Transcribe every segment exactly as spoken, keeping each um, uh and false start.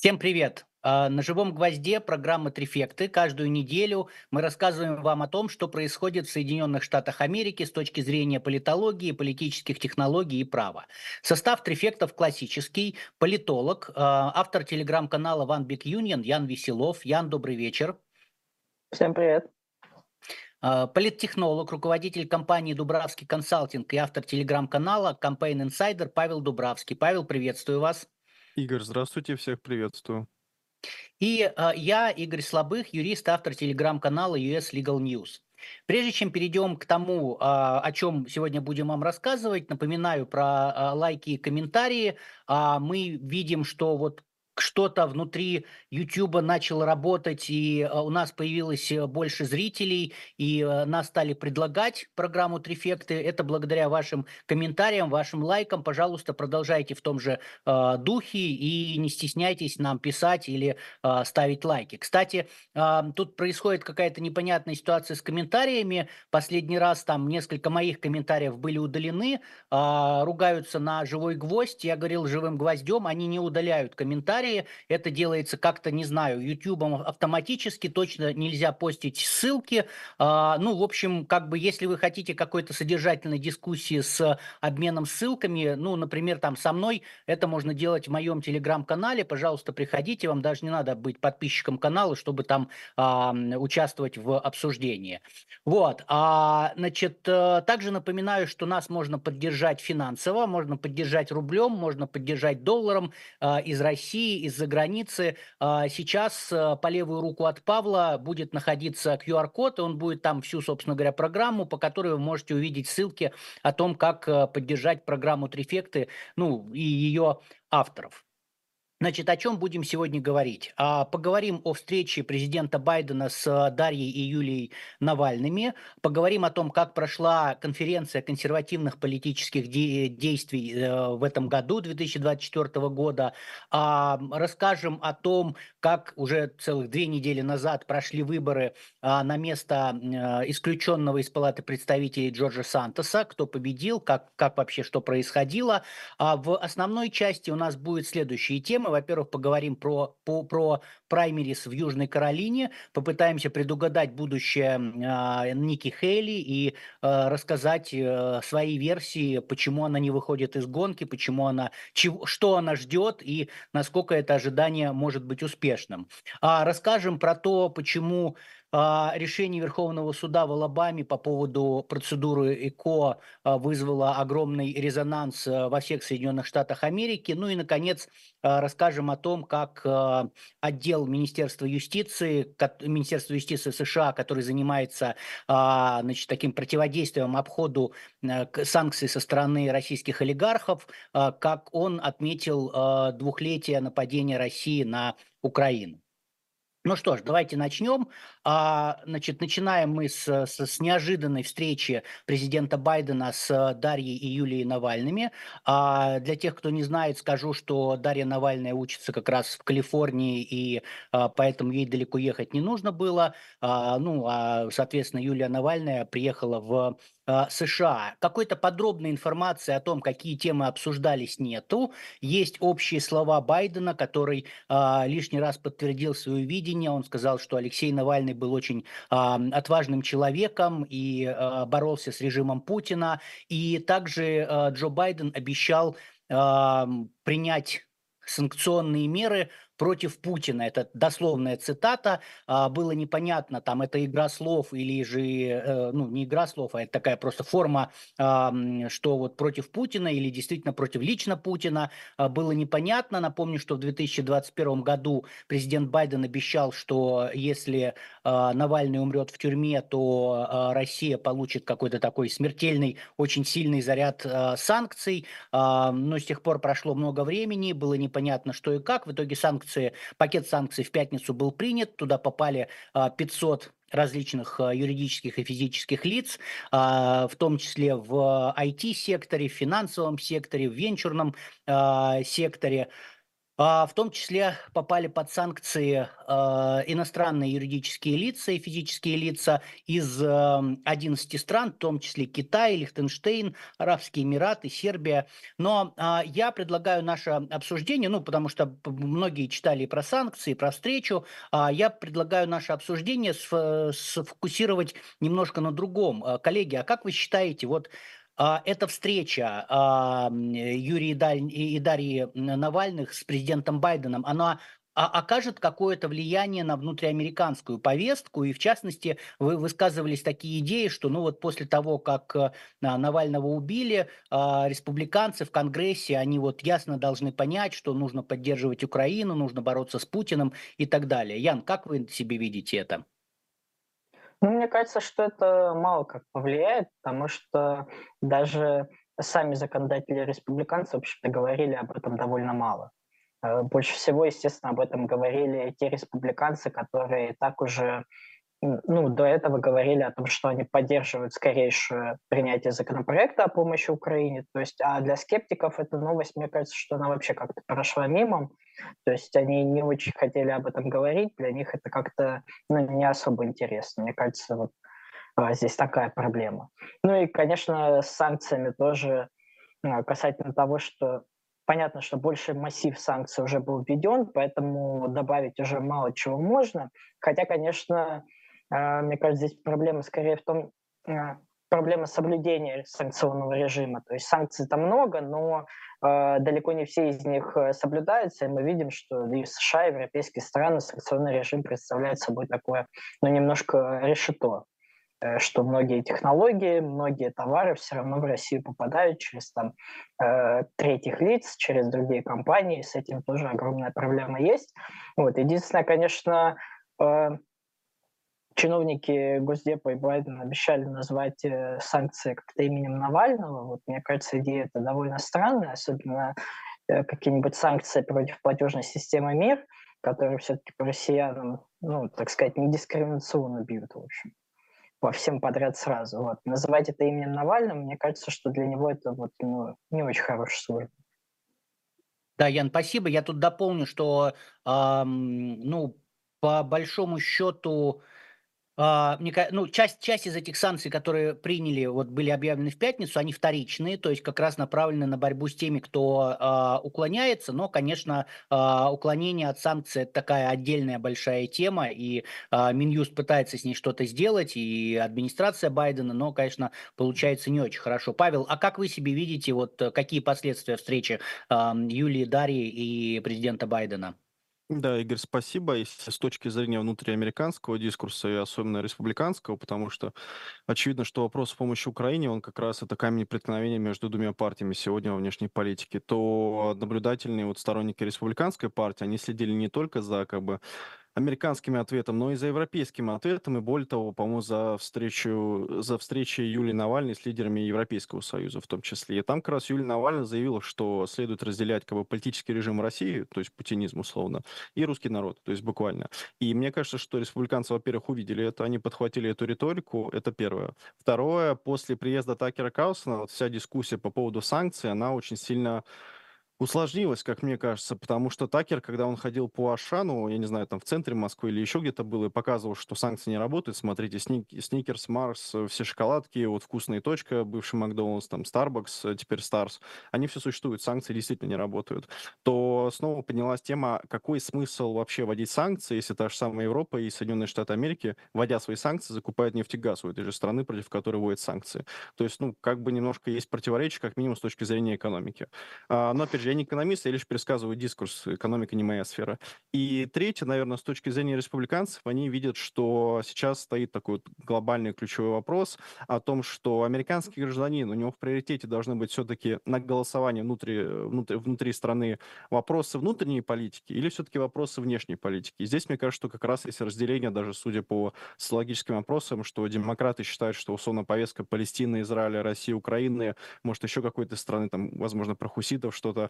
Всем привет! А, На живом гвозде программа «Трефекты». Каждую неделю мы рассказываем вам о том, что происходит в Соединенных Штатах Америки с точки зрения политологии, политических технологий и права. Состав «Трефектов» классический. Политолог, а, автор телеграм-канала One Big Union Ян Веселов. Ян, добрый вечер. Всем привет. А, Политтехнолог, руководитель компании «Дубравский консалтинг» и автор телеграм-канала Campaign Insider Павел Дубравский. Павел, приветствую вас. Игорь, здравствуйте, всех приветствую. И а, я, Игорь Слабых, юрист, автор телеграм-канала ю эс Legal News. Прежде чем перейдем к тому, а, о чем сегодня будем вам рассказывать, напоминаю про а, лайки и комментарии. А, Мы видим, что вот что-то внутри Ютуба начало работать, и а, у нас появилось э, больше зрителей, и э, нас стали предлагать программу «Трефекты». Это благодаря вашим комментариям, вашим лайкам. Пожалуйста, продолжайте в том же а, духе и не стесняйтесь нам писать или а, ставить лайки. Кстати, а, тут происходит какая-то непонятная ситуация с комментариями. Последний раз там несколько моих комментариев были удалены, а, ругаются на живой гвоздь. Я говорил живым гвоздем, они не удаляют комментарии. Это делается как-то, не знаю, ютубом автоматически, точно нельзя постить ссылки. А, ну, в общем, как бы, если вы хотите какой-то содержательной дискуссии с обменом ссылками, ну, например, там со мной, это можно делать в моем телеграм-канале. Пожалуйста, приходите, вам даже не надо быть подписчиком канала, чтобы там а, м, участвовать в обсуждении. Вот. А, значит, э, также напоминаю, что нас можно поддержать финансово, можно поддержать рублем, можно поддержать долларом а, из России, из-за границы. А, Сейчас э, по левую руку от Павла будет находиться ку ар-код, и он будет там всю, собственно говоря, программу, по которой вы можете увидеть ссылки о том, как э, поддержать программу «Трефекты», ну, и ее авторов. Значит, о чем будем сегодня говорить? А, Поговорим о встрече президента Байдена с э, Дарьей и Юлией Навальными. Поговорим о том, как прошла конференция консервативных политических де- действий э, в этом году, две тысячи двадцать четвёртого года. А, Расскажем о том, как уже целых две недели назад прошли выборы а, на место э, исключенного из Палаты представителей Джорджа Сантоса, кто победил, как, как вообще что происходило. А в основной части у нас будет следующие темы. Во-первых, поговорим про, по, про праймерис в Южной Каролине, попытаемся предугадать будущее м, а, Ники Хейли и а, рассказать э, свои версии, почему она не выходит из гонки, почему она, чего, что она ждет и насколько это ожидание может быть успешным. А, расскажем про то, почему а, решение Верховного суда в Алабаме по поводу процедуры ЭКО а, вызвало огромный резонанс а, во всех Соединенных Штатах Америки. Ну и, наконец, а, расскажем о том, как а, отдел Министерства юстиции, кот- Министерства юстиции США, который занимается а, значит, таким противодействием обходу а, к- санкций со стороны российских олигархов, а, как он отметил а, двухлетие нападения России на Украину. Ну что ж, давайте начнем. А, значит, начинаем мы с, с, с неожиданной встречи президента Байдена с Дарьей и Юлией Навальными. А, для тех, кто не знает, скажу, что Дарья Навальная учится как раз в Калифорнии, и а, поэтому ей далеко ехать не нужно было. А, ну, а, соответственно, Юлия Навальная приехала в а, США. Какой-то подробной информации о том, какие темы обсуждались, нету. Есть общие слова Байдена, который а, лишний раз подтвердил свое видение. Он сказал, что Алексей Навальный был очень а, отважным человеком и а, боролся с режимом Путина. И также а, Джо Байден обещал а, принять санкционные меры против Путина. Это дословная цитата. А, было непонятно, там это игра слов или же, э, ну, не игра слов, а это такая просто форма, а, м, что вот против Путина или действительно против лично Путина. А, было непонятно. Напомню, что в две тысячи двадцать первом году президент Байден обещал, что если а, Навальный умрет в тюрьме, то а, Россия получит какой-то такой смертельный, очень сильный заряд а, санкций. А, но с тех пор прошло много времени, было непонятно, что и как. В итоге санкции, пакет санкций в пятницу был принят, туда попали а, пятьсот различных а, юридических и физических лиц, а, в том числе в ай ти-секторе, в финансовом секторе, в венчурном а, секторе. А, В том числе попали под санкции а, иностранные юридические лица и физические лица из ам, одиннадцати стран, в том числе Китай, Лихтенштейн, Арабские Эмираты, Сербия. Но а, я предлагаю наше обсуждение, ну, потому что п- многие читали про санкции, про встречу, а, я предлагаю наше обсуждение сф- сфокусировать немножко на другом. А, Коллеги, а как вы считаете, вот а, эта встреча а, м, Юрия и Даль- и и Дарьи Н- Навальных с президентом Байденом, она а- окажет какое-то влияние на внутриамериканскую повестку, и в частности вы высказывались такие идеи, что ну вот после того, как э, а, Навального убили, а, республиканцы в Конгрессе, они вот ясно должны понять, что нужно поддерживать Украину, нужно бороться с Путиным и так далее. Ян, как вы себе видите это? Ну, мне кажется, что это мало как повлияет, потому что даже сами законодатели республиканцы, в общем-то, говорили об этом довольно мало. Э, Больше всего, естественно, об этом говорили те республиканцы, которые и так уже М, ну, до этого говорили о том, что они поддерживают скорейшее принятие законопроекта о помощи Украине. То есть, а для скептиков эта новость, мне кажется, что она вообще как-то прошла мимо. То есть они не очень хотели об этом говорить, для них это как-то ну, не особо интересно. Мне кажется, вот а, здесь такая проблема. Ну и, конечно, с санкциями тоже а, касательно того, что понятно, что больший массив санкций уже был введен, поэтому добавить уже мало чего можно. Хотя, конечно, а, мне кажется, здесь проблема скорее в том, а, проблема соблюдения санкционного режима. То есть санкций-то много, но а, далеко не все из них э, соблюдаются, и мы видим, что и в США, и в европейские страны санкционный режим представляет собой такое, ну, немножко решето, э, что многие технологии, многие товары все равно в Россию попадают через там э, третьих лиц, через другие компании. С этим тоже огромная проблема есть. Вот. Единственное, конечно, э, чиновники Госдепа и Байдена обещали назвать э, санкции как-то именем Навального. Вот, мне кажется, идея эта довольно странная, особенно э, какие-нибудь санкции против платежной системы МИР, которые все-таки по россиянам, ну, так сказать, недискриминационно бьют, в общем, по всем подряд сразу. Вот. Называть это именем Навального, мне кажется, что для него это вот, ну, не очень хороший слой. Да, Ян, спасибо. Я тут дополню, что, ам, ну, по большому счету, а, мне ка ну, часть часть из этих санкций, которые приняли, вот были объявлены в пятницу, они вторичные, то есть как раз направлены на борьбу с теми, кто, а, уклоняется. Но, конечно, а, уклонение от санкций — это такая отдельная большая тема, и, а, Минюст пытается с ней что-то сделать, и администрация Байдена, но, конечно, получается не очень хорошо. Павел, а как вы себе видите, вот, э, какие последствия встречи, ам, Юлии, Дарьи и президента Байдена? Да, Игорь, спасибо. Если с точки зрения внутриамериканского дискурса и особенно республиканского, потому что очевидно, что вопрос помощи Украине, он как раз это камень преткновения между двумя партиями сегодня во внешней политике, то наблюдательные вот сторонники республиканской партии, они следили не только за как бы американским ответом, но и за европейским ответом, и более того, по-моему, за встречу, за встречей Юлии Навальной с лидерами Европейского Союза в том числе. И там как раз Юлия Навальная заявила, что следует разделять как бы политический режим России, то есть путинизм условно, и русский народ, то есть буквально. И мне кажется, что республиканцы, во-первых, увидели это, они подхватили эту риторику, это первое. Второе, после приезда Такера Карлсона, вот вся дискуссия по поводу санкций, она очень сильно усложнилось, как мне кажется, потому что Такер, когда он ходил по Ашану, я не знаю, там в центре Москвы или еще где-то был, и показывал, что санкции не работают, смотрите, сник, Сникерс, Марс, э, все шоколадки, вот вкусная точка, бывший Макдональдс, там Старбакс, э, теперь Старс, они все существуют, санкции действительно не работают, то снова поднялась тема, какой смысл вообще вводить санкции, если та же самая Европа и Соединенные Штаты Америки, вводя свои санкции, закупают нефть и газ у этой же страны, против которой вводят санкции. То есть, ну, как бы немножко есть противоречие, как минимум с точки зрения экономики. А, Но, опять же, я не экономист, я лишь пересказываю дискурс, экономика не моя сфера. И третье, наверное, с точки зрения республиканцев, они видят, что сейчас стоит такой вот глобальный ключевой вопрос о том, что американский гражданин, у него в приоритете должны быть все-таки на голосование внутри, внутри, внутри страны вопросы внутренней политики или все-таки вопросы внешней политики. И здесь, мне кажется, что как раз есть разделение, даже судя по социологическим опросам, что демократы считают, что условно повестка Палестины, Израиля, России, Украины, может, еще какой-то страны, там, возможно, про хуситов что-то,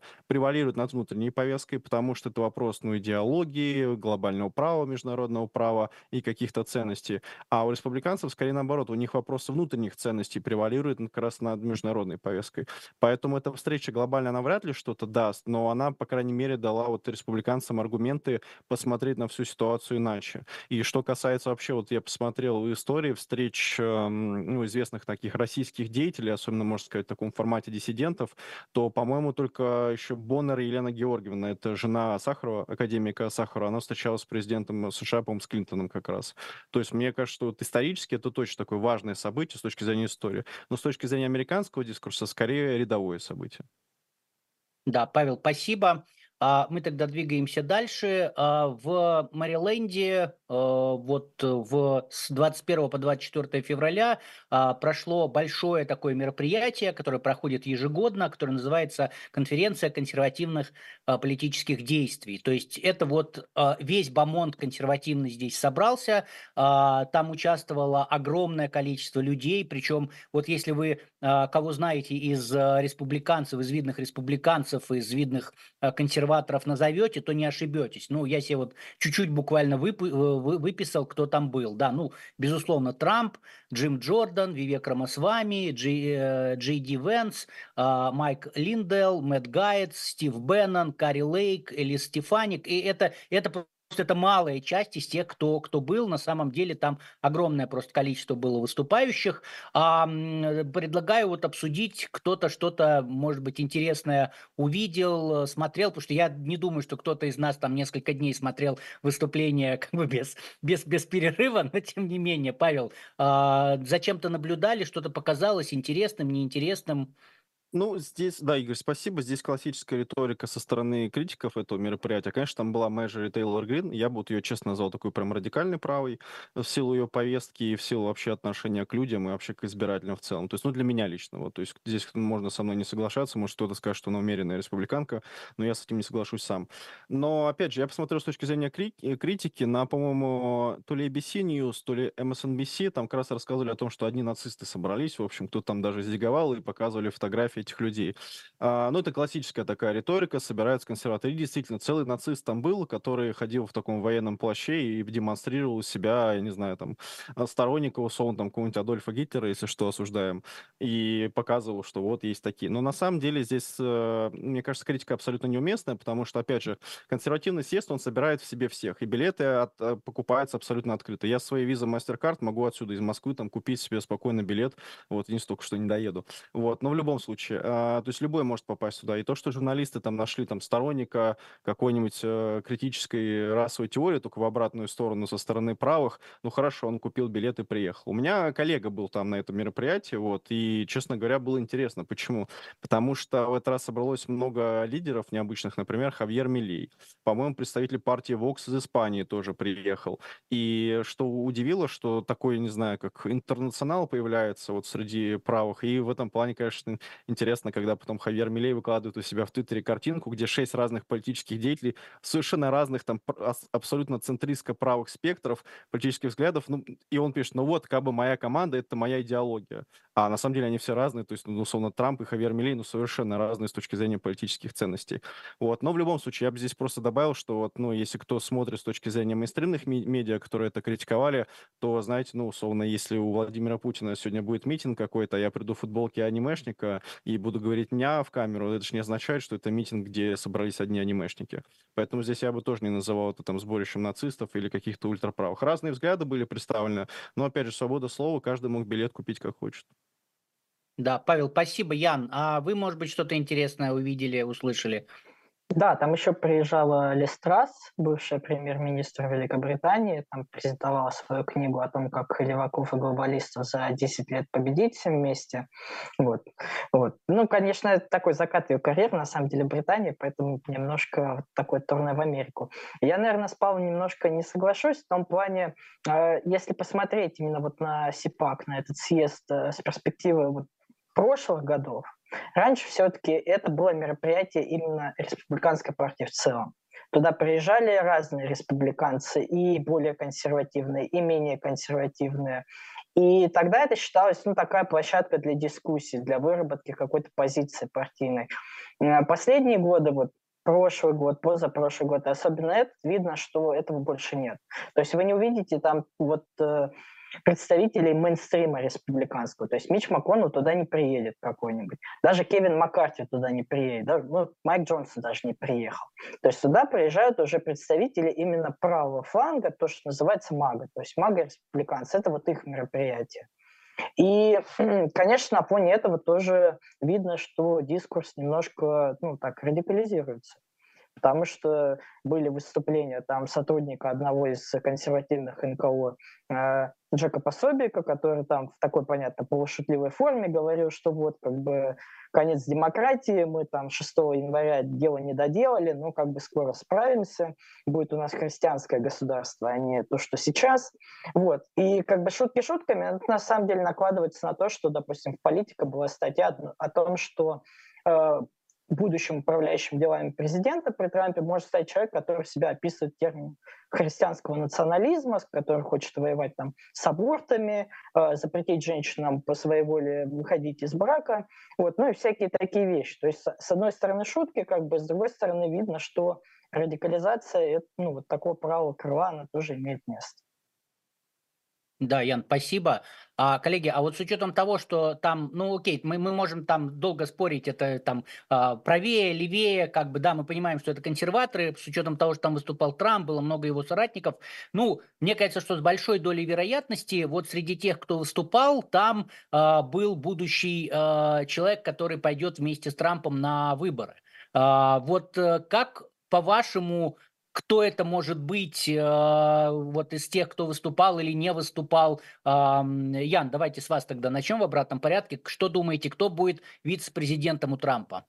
превалирует над внутренней повесткой, потому что это вопрос, ну, идеологии, глобального права, международного права и каких-то ценностей. А у республиканцев, скорее наоборот, у них вопросы внутренних ценностей превалируют как раз над международной повесткой. Поэтому эта встреча глобально, она вряд ли что-то даст, но она, по крайней мере, дала вот республиканцам аргументы посмотреть на всю ситуацию иначе. И что касается вообще, вот я посмотрел в истории встреч, эм, ну, известных таких российских деятелей, особенно, можно сказать, в таком формате диссидентов, то, по-моему, только еще Боннер и Елена Георгиевна, это жена Сахарова, академика Сахарова, она встречалась с президентом США, по-моему, с Клинтоном как раз. То есть мне кажется, что вот исторически это точно такое важное событие с точки зрения истории, но с точки зрения американского дискурса скорее рядовое событие. Да, Павел, спасибо. А, Мы тогда двигаемся дальше. А, В Мэриленде а, вот э, в с двадцать первого по двадцать четвёртое февраля а, прошло большое такое мероприятие, которое проходит ежегодно, которое называется «Конференция консервативных а, политических действий». То есть это вот а, весь бомонд консервативный здесь собрался. А, Там участвовало огромное количество людей, причем вот если вы а, кого знаете из а, республиканцев, из видных республиканцев, из видных а, консерваторов назовете, то не ошибетесь. Ну, я себе вот чуть-чуть буквально выпу- э, вы- выписал, кто там был. Да, ну, безусловно, Трамп, Джим Джордан, Вивек Рамасвами, Джей, э, Джей Ди Венс, а, Майк Линдел, Мэтт Гайтс, Стив Беннон, Карри Лейк, Элис Стефаник. И это, это просто это малая часть из тех, кто, кто был. На самом деле там огромное просто количество было выступающих. А, м, предлагаю вот обсудить, кто-то что-то, может быть, интересное увидел, э, смотрел, потому что я не думаю, что кто-то из нас там несколько дней смотрел выступление как бы без, без, без перерыва, но тем не менее, Павел, а, зачем-то наблюдали, что-то показалось интересным, неинтересным? Ну, здесь, да, Игорь, спасибо. Здесь классическая риторика со стороны критиков этого мероприятия. Конечно, там была Мэджори Тейлор Грин. Я бы вот ее, честно, назвал такой прям радикальной правой в силу ее повестки и в силу вообще отношения к людям и вообще к избирателям в целом. То есть, ну, для меня лично. Вот, то есть здесь можно со мной не соглашаться, может, кто-то скажет, что она умеренная республиканка, но я с этим не соглашусь сам. Но, опять же, я посмотрел с точки зрения кри- э, критики на, по-моему, то ли A B C News, то ли M S N B C, там как раз рассказывали о том, что одни нацисты собрались, в общем, кто там даже зиговал и показывали фотографии этих людей. А, ну, это классическая такая риторика, собираются консерваторы. И действительно, целый нацист там был, который ходил в таком военном плаще и демонстрировал себя, я не знаю, там, а, сторонника, условно, там, какого-нибудь Адольфа Гитлера, если что, осуждаем, и показывал, что вот есть такие. Но на самом деле здесь, э, мне кажется, критика абсолютно неуместная, потому что, опять же, консервативный съезд, он собирает в себе всех, и билеты от, э, покупаются абсолютно открыто. Я своей визой MasterCard могу отсюда из Москвы там купить себе спокойно билет, вот, и не столько, что не доеду. Вот, но в любом случае, а, то есть любой может попасть сюда. И то, что журналисты там нашли там сторонника какой-нибудь э, критической расовой теории, только в обратную сторону со стороны правых, ну хорошо, он купил билет и приехал. У меня коллега был там на этом мероприятии, вот, и, честно говоря, было интересно. Почему? Потому что в этот раз собралось много лидеров необычных, например, Хавьер Милей. По-моему, представитель партии Vox из Испании тоже приехал. И что удивило, что такой, не знаю, как интернационал появляется вот среди правых. И в этом плане, конечно, интересно, когда потом Хавьер Милей выкладывает у себя в Твиттере картинку, где шесть разных политических деятелей совершенно разных, там, пр- ас- абсолютно центристско-правых спектров политических взглядов. Ну, и он пишет, ну вот, как бы моя команда, это моя идеология. А на самом деле они все разные, то есть, ну, условно, Трамп и Хавьер Милей, ну, совершенно разные с точки зрения политических ценностей. Вот. Но в любом случае, я бы здесь просто добавил, что вот, ну, если кто смотрит с точки зрения мейнстримных ми- медиа, которые это критиковали, то, знаете, ну, условно, если у Владимира Путина сегодня будет митинг какой-то, а я приду в футболке анимешника и буду говорить «ня» в камеру, это же не означает, что это митинг, где собрались одни анимешники. Поэтому здесь я бы тоже не называл это там сборищем нацистов или каких-то ультраправых. Разные взгляды были представлены, но, опять же, свобода слова, каждый мог билет купить как хочет. Да, Павел, спасибо. Ян, а вы, может быть, что-то интересное увидели, услышали? Да, там еще приезжала Лиз Трасс, бывшая премьер-министр Великобритании, там презентовала свою книгу о том, как леваков и глобалистов за десять лет победить все вместе. Вот. Вот. Ну, конечно, это такой закат ее карьеры, на самом деле, Британии, поэтому немножко вот такое турне в Америку. Я, наверное, с Павлом немножко не соглашусь в том плане, э, если посмотреть именно вот на СИПАК, на этот съезд э, с перспективы вот прошлых годов, раньше все-таки это было мероприятие именно республиканской партии в целом. Туда приезжали разные республиканцы, и более консервативные, и менее консервативные. И тогда это считалось, ну, такая площадка для дискуссий, для выработки какой-то позиции партийной. Э, Последние годы, вот прошлый год, позапрошлый год, и особенно этот, видно, что этого больше нет. То есть вы не увидите там вот э, представителей мейнстрима республиканского. То есть Мич МакКоннелл туда не приедет какой-нибудь. Даже Кевин Маккарти туда не приедет. Да? Ну, Майк Джонсон даже не приехал. То есть туда приезжают уже представители именно правого фланга, то, что называется МАГА. То есть МАГА-республиканцы. Это вот их мероприятие. И, конечно, на фоне этого тоже видно, что дискурс немножко, ну, так, радикализируется. Потому что были выступления там сотрудника одного из консервативных эн ка о э, Джека Пособика, который там в такой, понятно, полушутливой форме говорил, что вот как бы конец демократии, мы там шестого января дело не доделали, но как бы скоро справимся, будет у нас христианское государство, а не то, что сейчас. Вот. И как бы шутки шутками, это на самом деле накладывается на то, что, допустим, в «Политике» была статья о том, что э, будущим управляющим делами президента при Трампе может стать человек, который себя описывает термин христианского национализма, который хочет воевать там с абортами, э, запретить женщинам по своей воле выходить из брака, вот, ну и всякие такие вещи. То есть, с одной стороны, шутки, как бы, с другой стороны, видно, что радикализация, ну, вот такого правого крыла, она тоже имеет место. Да, Ян, спасибо. А, коллеги, а вот с учетом того, что там, ну окей, мы, мы можем там долго спорить, это там а, правее, левее, как бы, да, мы понимаем, что это консерваторы, с учетом того, что там выступал Трамп, было много его соратников. Ну, мне кажется, что с большой долей вероятности вот среди тех, кто выступал, там а, был будущий а, человек, который пойдет вместе с Трампом на выборы. А, вот э, как, по-вашему, кто это может быть, э, вот из тех, кто выступал или не выступал? Ам, Ян, давайте с вас тогда начнем в обратном порядке. Что думаете, кто будет вице-президентом у Трампа?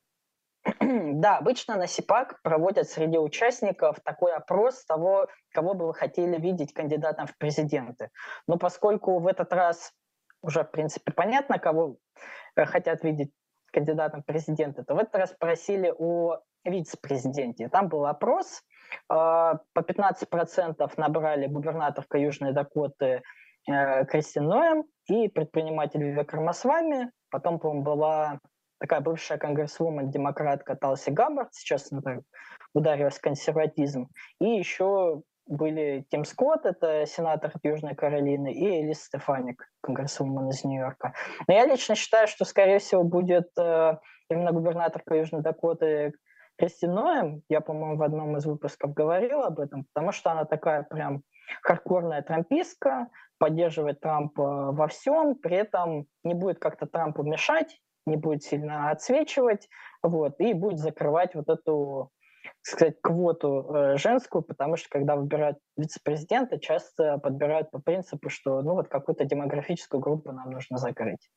Да, обычно на СИПАК проводят среди участников такой опрос того, кого бы вы хотели видеть кандидатом в президенты. Но поскольку в этот раз уже, в принципе, понятно, кого э, хотят видеть кандидатом в президенты, то в этот раз спросили о вице-президенте. И там был опрос, э, по пятнадцать процентов набрали губернаторка Южной Дакоты э, Кристин Ноэм и предприниматель Вивек Рамасвами. Потом, по-моему, была такая бывшая конгрессвумен-демократка Талси Габбард, сейчас она так ударилась в консерватизм. И еще были Тим Скотт, это сенатор от Южной Каролины, и Элис Стефаник, конгрессвумен из Нью-Йорка. Но я лично считаю, что, скорее всего, будет э, именно губернаторка Южной Дакоты Кристин Ноэм. Я, по-моему, в одном из выпусков говорил об этом, потому что она такая прям хардкорная трампистка, поддерживает Трампа во всем, при этом не будет как-то Трампу мешать, не будет сильно отсвечивать, вот, и будет закрывать вот эту, так сказать, квоту э, женскую, потому что когда выбирают вице-президента, часто подбирают по принципу, что ну вот какую-то демографическую группу нам нужно закрыть.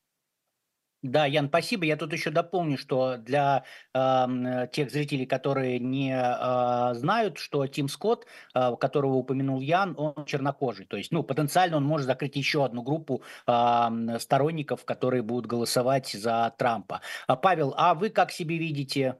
Да, Ян, спасибо. Я тут еще дополню, что для ам, э, тех зрителей, которые не а, знают, что Тим Скотт, а, которого упомянул Ян, он чернокожий. То есть, ну, потенциально он может закрыть еще одну группу ам, сторонников, которые будут голосовать за Трампа. А, Павел, а вы как себе видите?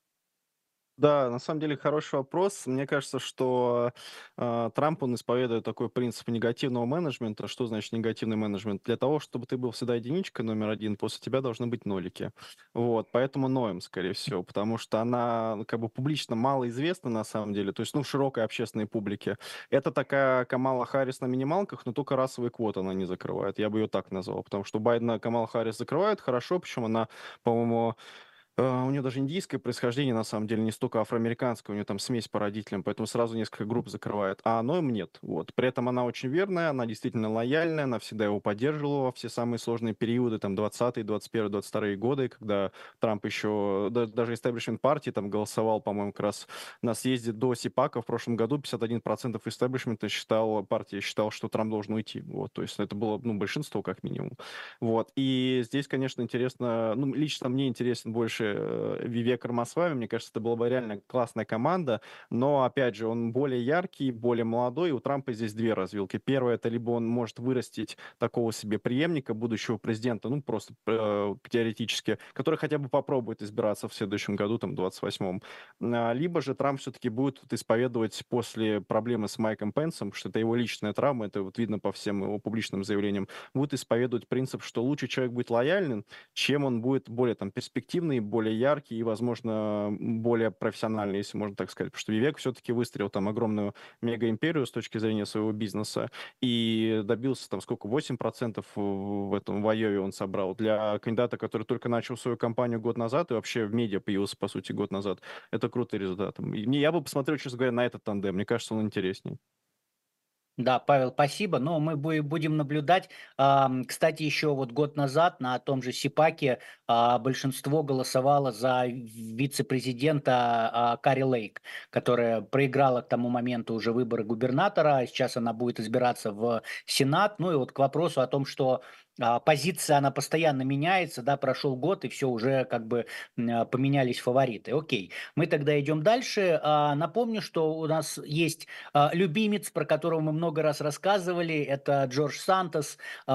Да, на самом деле хороший вопрос. Мне кажется, что э, Трамп, он исповедует такой принцип негативного менеджмента. Что значит негативный менеджмент? Для того, чтобы ты был всегда единичкой номер один, после тебя должны быть нолики. Вот, поэтому Ноем, скорее всего, потому что она ну, как бы публично мало известна на самом деле, то есть, ну, в широкой общественной публике. Это такая Камала Харрис на минималках, но только расовые квоты она не закрывает. Я бы ее так назвал, потому что Байдена Камала Харрис закрывает хорошо, причем она, по-моему, Э, у нее даже индийское происхождение, на самом деле, не столько афроамериканское, у нее там смесь по родителям, поэтому сразу несколько групп закрывает. А Ноем нет. Вот. При этом она очень верная, она действительно лояльная, она всегда его поддерживала во все самые сложные периоды, там, двадцатые, двадцать первые, двадцать вторые годы, когда Трамп еще, да- даже истеблишмент партии там голосовал, по-моему, как раз на съезде до СИПАКа в прошлом году пятьдесят один процент истеблишмента считал, партия считала, что Трамп должен уйти. Вот. То есть это было, ну, большинство как минимум. Вот. И здесь, конечно, интересно, ну, лично мне интересен больше э, Вивек Рамасвами. Мне кажется, это была бы реально классная команда. Но, опять же, он более яркий, более молодой. И у Трампа здесь две развилки. Первое, это либо он может вырастить такого себе преемника будущего президента, ну, просто э, теоретически, который хотя бы попробует избираться в следующем году, там, двадцать восьмом. А, Либо же Трамп все-таки будет вот исповедовать после проблемы с Майком Пенсом, что это его личная травма, это вот видно по всем его публичным заявлениям, будет исповедовать принцип, что лучше человек будет лояльным, чем он будет более там перспективный, более яркий и, возможно, более профессиональный, если можно так сказать. Потому что Вивек все-таки выстроил там огромную мегаимперию с точки зрения своего бизнеса и добился там сколько, восемь процентов в этом в Айове он собрал. Для кандидата, который только начал свою кампанию год назад и вообще в медиа появился, по сути, год назад, это крутой результат. И мне- я бы посмотрел, честно говоря, на этот тандем. Мне кажется, он интереснее. Да, Павел, спасибо. Но мы бу- будем наблюдать. Ам, Кстати, еще вот год назад на том же СИПАКе а, большинство голосовало за вице-президента а, Кари Лейк, которая проиграла к тому моменту уже выборы губернатора. а Сейчас она будет избираться в Сенат. Ну и вот к вопросу о том, что а, позиция, она постоянно меняется, да, прошел год, и все, уже как бы м, а, поменялись фавориты. Окей, мы тогда идем дальше. А, Напомню, что у нас есть а, любимец, про которого мы много раз рассказывали, это Джордж Сантос,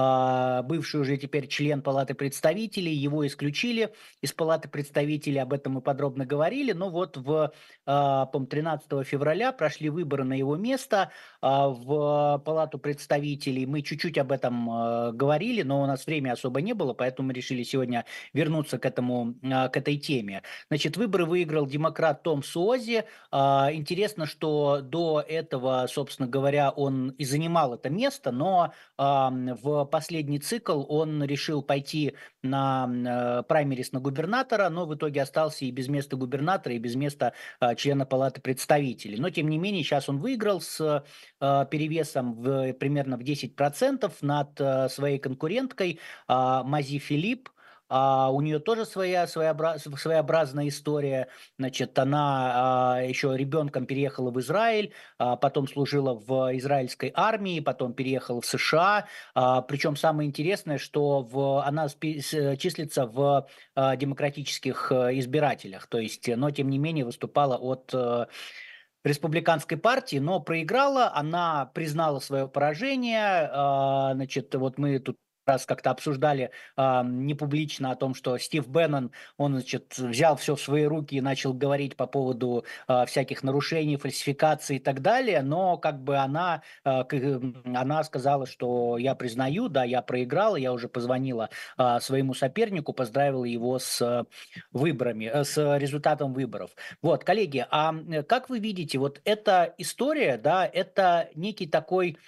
а, бывший уже теперь член Палаты представителей. Его исключили из Палаты представителей, об этом мы подробно говорили. Но вот в, а, по-моему, тринадцатого февраля прошли выборы на его место а, в Палату представителей. Мы чуть-чуть об этом а, говорили, но у нас времени особо не было, поэтому мы решили сегодня вернуться к этому, а, к этой теме. Значит, выборы выиграл демократ Том Суози. А, Интересно, что до этого, собственно говоря, он и занимал это место, но ам, в последний цикл он решил пойти на э, праймерис на губернатора, но в итоге остался и без места губернатора, и без места а, члена Палаты представителей. Но, тем не менее, сейчас он выиграл с а, перевесом в, примерно в десять процентов над а, своей конкуренткой а, Мази Филипп. А у нее тоже своя своеобра- своеобразная история. Значит, она а, еще ребенком переехала в Израиль, а, потом служила в израильской армии, потом переехала в США. А, причем самое интересное, что в, она спи- с- числится в а, демократических э, избирателях, то есть, но тем не менее выступала от э, республиканской партии, но проиграла, она признала свое поражение, а, значит, вот мы тут раз как-то обсуждали а, не публично о том, что Стив Беннон, он, значит, взял все в свои руки и начал говорить по поводу а, всяких нарушений, фальсификаций и так далее, но как бы она, а, к- м, она сказала, что я признаю, да, я проиграла, я уже позвонила а, своему сопернику, поздравила его с э, выборами, э, с результатом выборов. Вот, коллеги, а э, как вы видите, вот эта история, да, это некий такой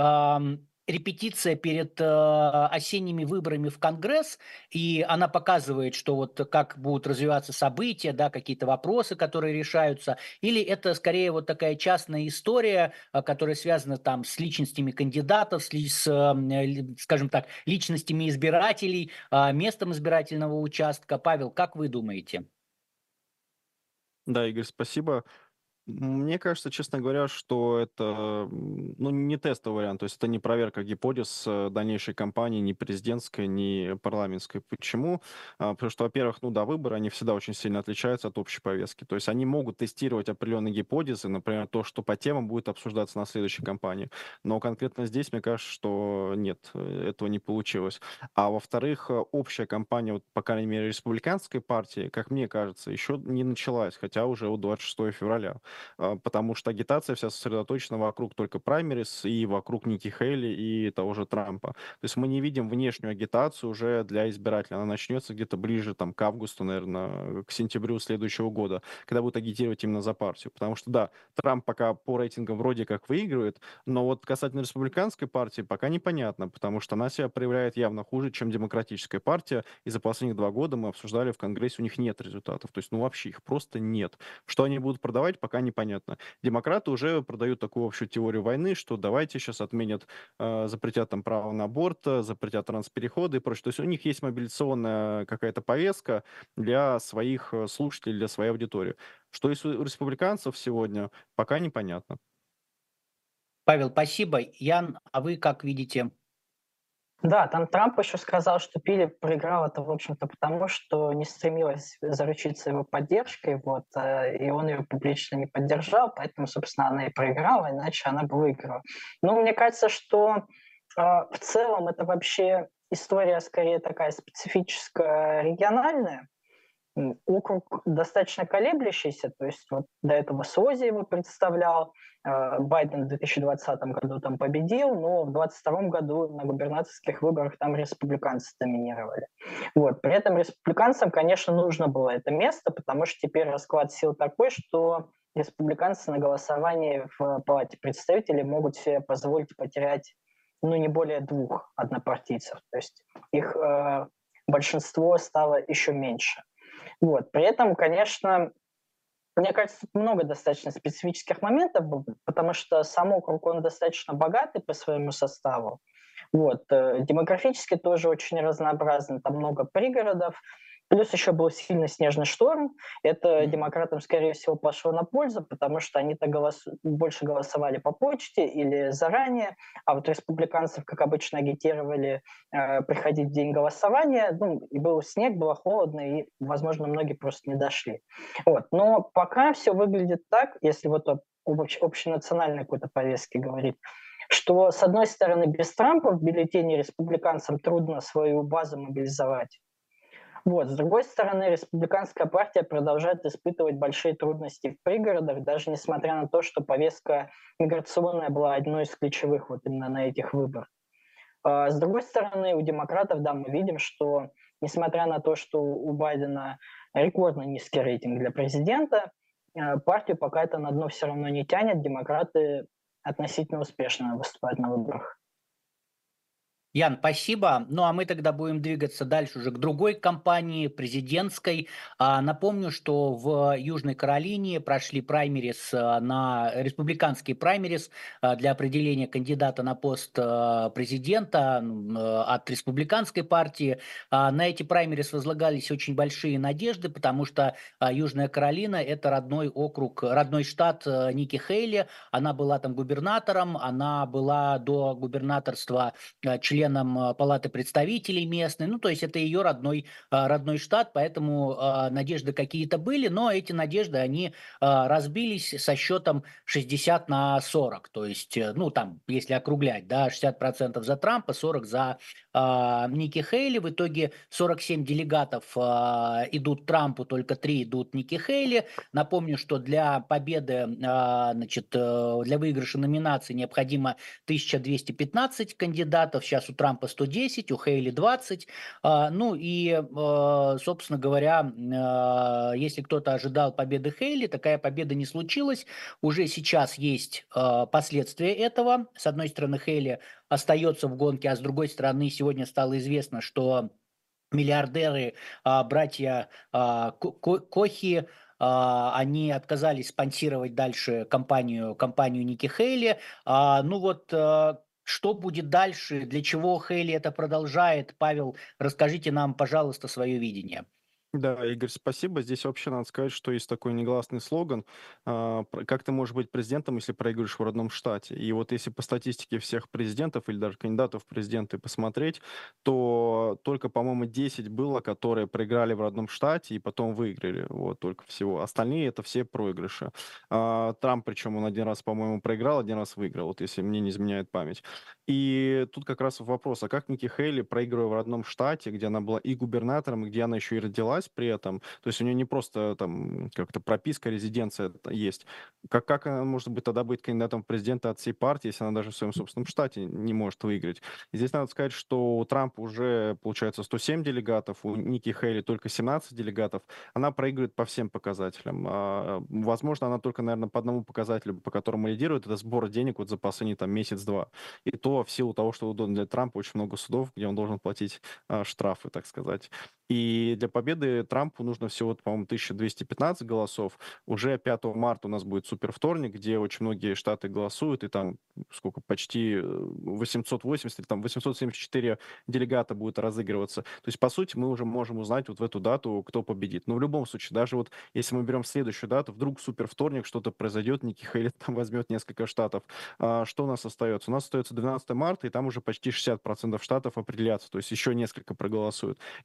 ам, репетиция перед э, осенними выборами в Конгресс, и она показывает, что вот как будут развиваться события, да, какие-то вопросы, которые решаются, или это скорее вот такая частная история, а, которая связана там с личностями кандидатов, с, ли- с, ам, э, ли- скажем так, личностями избирателей, а, местом избирательного участка. Павел, как вы думаете? Да, Игорь, спасибо. Мне кажется, честно говоря, что это, м, ну, не тестовый вариант, то есть это не проверка гипотез э, дальнейшей кампании, ни президентской, ни парламентской. Почему? А, Потому что, во-первых, ну да, выборы, они всегда очень сильно отличаются от общей повестки. То есть они могут тестировать определенные гипотезы, например, то, что по темам будет обсуждаться на следующей кампании. Но конкретно здесь, мне кажется, что нет, э, этого не получилось. А во-вторых, э, общая кампания, вот, по крайней мере, республиканской партии, как мне кажется, еще не началась, хотя уже у двадцать шестого февраля. А, потому что агитация вся сосредоточена вокруг только праймерис и вокруг Ники Хейли и того же Трампа. То есть мы не видим внешнюю агитацию уже для избирателей. Она начнется где-то ближе там, к августу, наверное, к сентябрю следующего года, когда будут агитировать именно за партию. Потому что, да, Трамп пока по рейтингам вроде как выигрывает, но вот касательно республиканской партии пока непонятно, потому что она себя проявляет явно хуже, чем демократическая партия, и за последние два года мы обсуждали в Конгрессе, у них нет результатов. То есть, ну, вообще их просто нет. Что они будут продавать, пока непонятно. Демократы уже продают такую общую теорию войны, что давайте сейчас отменят, э, запретят там право на аборт, э, запретят транспереходы и прочее. То есть у них есть мобилизационная какая-то повестка для своих э, слушателей, для своей аудитории. Что есть у республиканцев сегодня, пока непонятно. Павел, спасибо. Ян, а вы как видите? Да, там Трамп еще сказал, что Пили проиграл это, в общем-то, потому что не стремилась заручиться его поддержкой, вот, э, и он ее публично не поддержал, поэтому, собственно, она и проиграла, иначе она бы выиграла. Ну, мне кажется, что э, в целом это вообще история скорее такая специфическая, региональная, м, округ достаточно колеблющийся, то есть вот до этого Суози его представлял, э, Байден в две тысячи двадцатом году там победил, но в двадцать втором году на губернаторских выборах там республиканцы доминировали. Вот. При этом республиканцам, конечно, нужно было это место, потому что теперь расклад сил такой, что республиканцы на голосовании в Палате представителей могут себе позволить потерять ну, не более двух однопартийцев. То есть их э, большинство стало еще меньше. Вот. При этом, конечно, мне кажется, тут много достаточно специфических моментов, потому что сам округ, он достаточно богатый по своему составу. Вот. э, Демографически тоже очень разнообразно, там много пригородов. Плюс еще был сильный снежный шторм. Это Мгм. демократам, скорее всего, пошло на пользу, потому что они-то голосу- больше голосовали по почте или заранее, а вот республиканцев, как обычно, агитировали э, приходить в день голосования. Ну, и был снег, было холодно, и, возможно, многие просто не дошли. Вот. Но пока все выглядит так, если вот об общ- общенациональной какой-то повестке говорить, что, с одной стороны, без Трампа в бюллетене республиканцам трудно свою базу мобилизовать. Вот. С другой стороны, республиканская партия продолжает испытывать большие трудности в пригородах, даже несмотря на то, что повестка миграционная была одной из ключевых вот именно на этих выборах. А с другой стороны, у демократов, да, мы видим, что несмотря на то, что у Байдена рекордно низкий рейтинг для президента, э, партию пока это на дно все равно не тянет. Демократы относительно успешно выступают на выборах. Ян, спасибо. Ну, а мы тогда будем двигаться дальше уже к другой кампании, президентской. А, напомню, что в Южной Каролине прошли праймерис а, на республиканские праймерис а, для определения кандидата на пост а, президента м, э, от республиканской партии. А, на эти праймерис возлагались очень большие надежды, потому что а, Южная Каролина– это родной округ, родной штат а, Ники Хейли. Она была там губернатором, она была до губернаторства э, членом э, Палаты представителей местной. Ну, то есть это ее родной, э, родной штат, поэтому э, надежды какие-то были, но эти надежды, они э, разбились со счетом шестьдесят на сорок. То есть, э, ну, там, если округлять, да, шестьдесят процентов за Трампа, сорок за э, Ники Хейли. В итоге сорок семь делегатов э, идут Трампу, только три идут Ники Хейли. Напомню, что для победы, э, значит, э, для выигрыша номинации необходимо тысяча двести пятнадцать кандидатов, сейчас у Трампа сто десять, у Хейли двадцать. А, Ну и, э, собственно говоря, э, если кто-то ожидал победы Хейли, такая победа не случилась. Уже сейчас есть э, последствия этого. С одной стороны, Хейли остается в гонке, а с другой стороны, сегодня стало известно, что миллиардеры, а, братья а, Ко- Ко- Кохи, а, они отказались спонсировать дальше компанию, компанию Ники Хейли. А, ну вот, а, что будет дальше, для чего Хейли это продолжает? Павел, расскажите нам, пожалуйста, свое видение. Да, Игорь, спасибо. Здесь вообще надо сказать, что есть такой негласный слоган, а, про- как ты можешь быть президентом, если проигрываешь в родном штате. И вот если по статистике всех президентов или даже кандидатов в президенты посмотреть, то только, по-моему, десять было, которые проиграли в родном штате и потом выиграли. Вот только всего. Остальные это все проигрыши. А, Трамп, причем он один раз, по-моему, проиграл, один раз выиграл, вот если мне не изменяет память. И тут как раз вопрос, а как Ники Хейли, проигрывая в родном штате, где она была и губернатором, и где она еще и родилась при этом, то есть у нее не просто там как-то прописка, резиденция т- есть, как, как она может быть тогда быть кандидатом в президента от всей партии, если она даже в своем собственном штате не может выиграть? И здесь надо сказать, что у Трампа уже, получается, сто семь делегатов, у Ники Хейли только семнадцать делегатов, она проигрывает по всем показателям. А, возможно, она только, наверное, по одному показателю, по которому лидирует, это сбор денег вот за последний там месяц-два. И то в силу того, что у Дональда Трампа очень много судов, где он должен платить а, штрафы, так сказать. И для победы Трампу нужно всего, по-моему, тысяча двести пятнадцать голосов. Уже пятого марта у нас будет супервторник, где очень многие штаты голосуют, и там сколько, почти э, восемьсот восемьдесят или там восемьсот семьдесят четыре делегата будет разыгрываться. То есть, по сути, мы уже можем узнать вот в эту дату, кто победит. Но в любом случае, даже вот если мы берем следующую дату, вдруг супервторник, что-то произойдет, Ники Хейли там возьмет несколько штатов, а, что у нас остается? У нас остается двенадцатого марта, и там уже почти шестьдесят процентов штатов определятся, то есть еще несколько проголосуют. И Трамп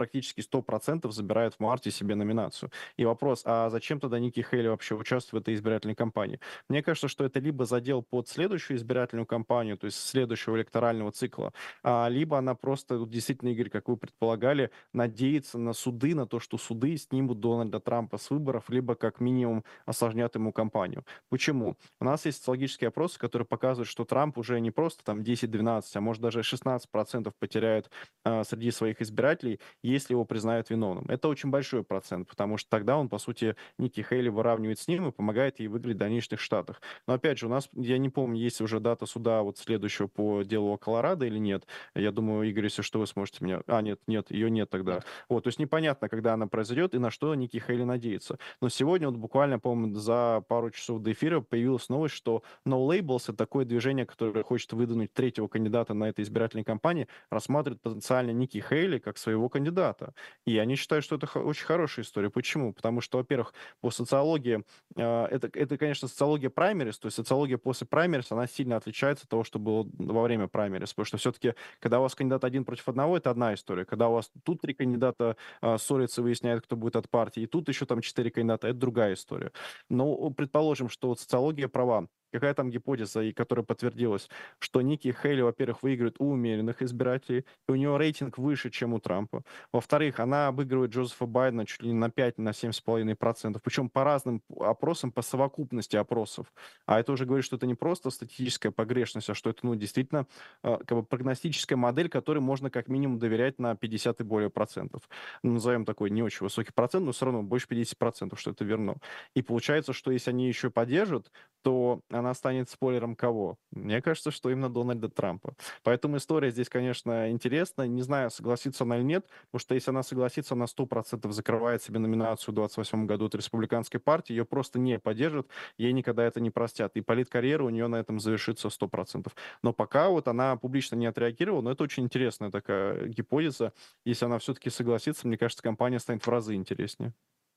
практически сто процентов забирает в марте себе номинацию. И вопрос, а зачем тогда Ники Хейли вообще участвует в этой избирательной кампании? Мне кажется, что это либо задел под следующую избирательную кампанию, то есть следующего электорального цикла, а, либо она просто, вот действительно, Игорь, как вы предполагали, надеется на суды, на то, что суды снимут Дональда Трампа с выборов, либо как минимум осложнят ему кампанию. Почему? У нас есть социологические опросы, которые показывают, что Трамп уже не просто там десять-двенадцать, а может даже шестнадцать процентов потеряет а, среди своих избирателей, если его признают виновным. Это очень большой процент, потому что тогда он, по сути, Ники Хейли выравнивает с ним и помогает ей выиграть в дальнейших штатах. Но опять же, у нас, я не помню, есть уже дата суда вот следующего по делу о Колорадо или нет. Я думаю, Игорь, если что, вы сможете меня... А, нет, нет, ее нет тогда. Нет. Вот, то есть непонятно, когда она произойдет и на что Ники Хейли надеется. Но сегодня вот буквально, по-моему, за пару часов до эфира появилась новость, что No Labels — это такое движение, которое хочет выдвинуть третьего кандидата на этой избирательной кампании, рассматривает потенциально Ники Хейли как своего кандидата. И они считают, что это хо- очень хорошая история. Почему? Потому что, во-первых, по социологии, э, это, это, конечно, социология праймерис, то есть социология после праймерис, она сильно отличается от того, что было во время праймерис, потому что все-таки, когда у вас кандидат один против одного, это одна история. Когда у вас тут три кандидата э, ссорятся, выясняют, кто будет от партии, и тут еще там четыре кандидата, это другая история. Но предположим, что вот социология права. Какая там гипотеза, и которая подтвердилась, что Ники Хейли, во-первых, выигрывает у умеренных избирателей, и у нее рейтинг выше, чем у Трампа. Во-вторых, она обыгрывает Джозефа Байдена чуть ли не на пять, на семь с половиной процентов, причем по разным опросам, по совокупности опросов. А это уже говорит, что это не просто статистическая погрешность, а что это, ну, действительно, э, как бы прогностическая модель, которой можно как минимум доверять на пятьдесят и более процентов. Ну, назовем такой не очень высокий процент, но все равно больше пятидесяти процентов, что это верно. И получается, что если они еще поддержат, то она станет спойлером кого? Мне кажется, что именно Дональда Трампа. Поэтому история здесь, конечно, интересна. Не знаю, согласится она или нет, потому что если она согласится, она сто процентов закрывает себе номинацию в двадцать восьмом году от республиканской партии, ее просто не поддержат, ей никогда это не простят. И политкарьера у нее на этом завершится сто процентов. Но пока вот она публично не отреагировала, но это очень интересная такая гипотеза. Если она все-таки согласится, мне кажется, компания станет в разы интереснее.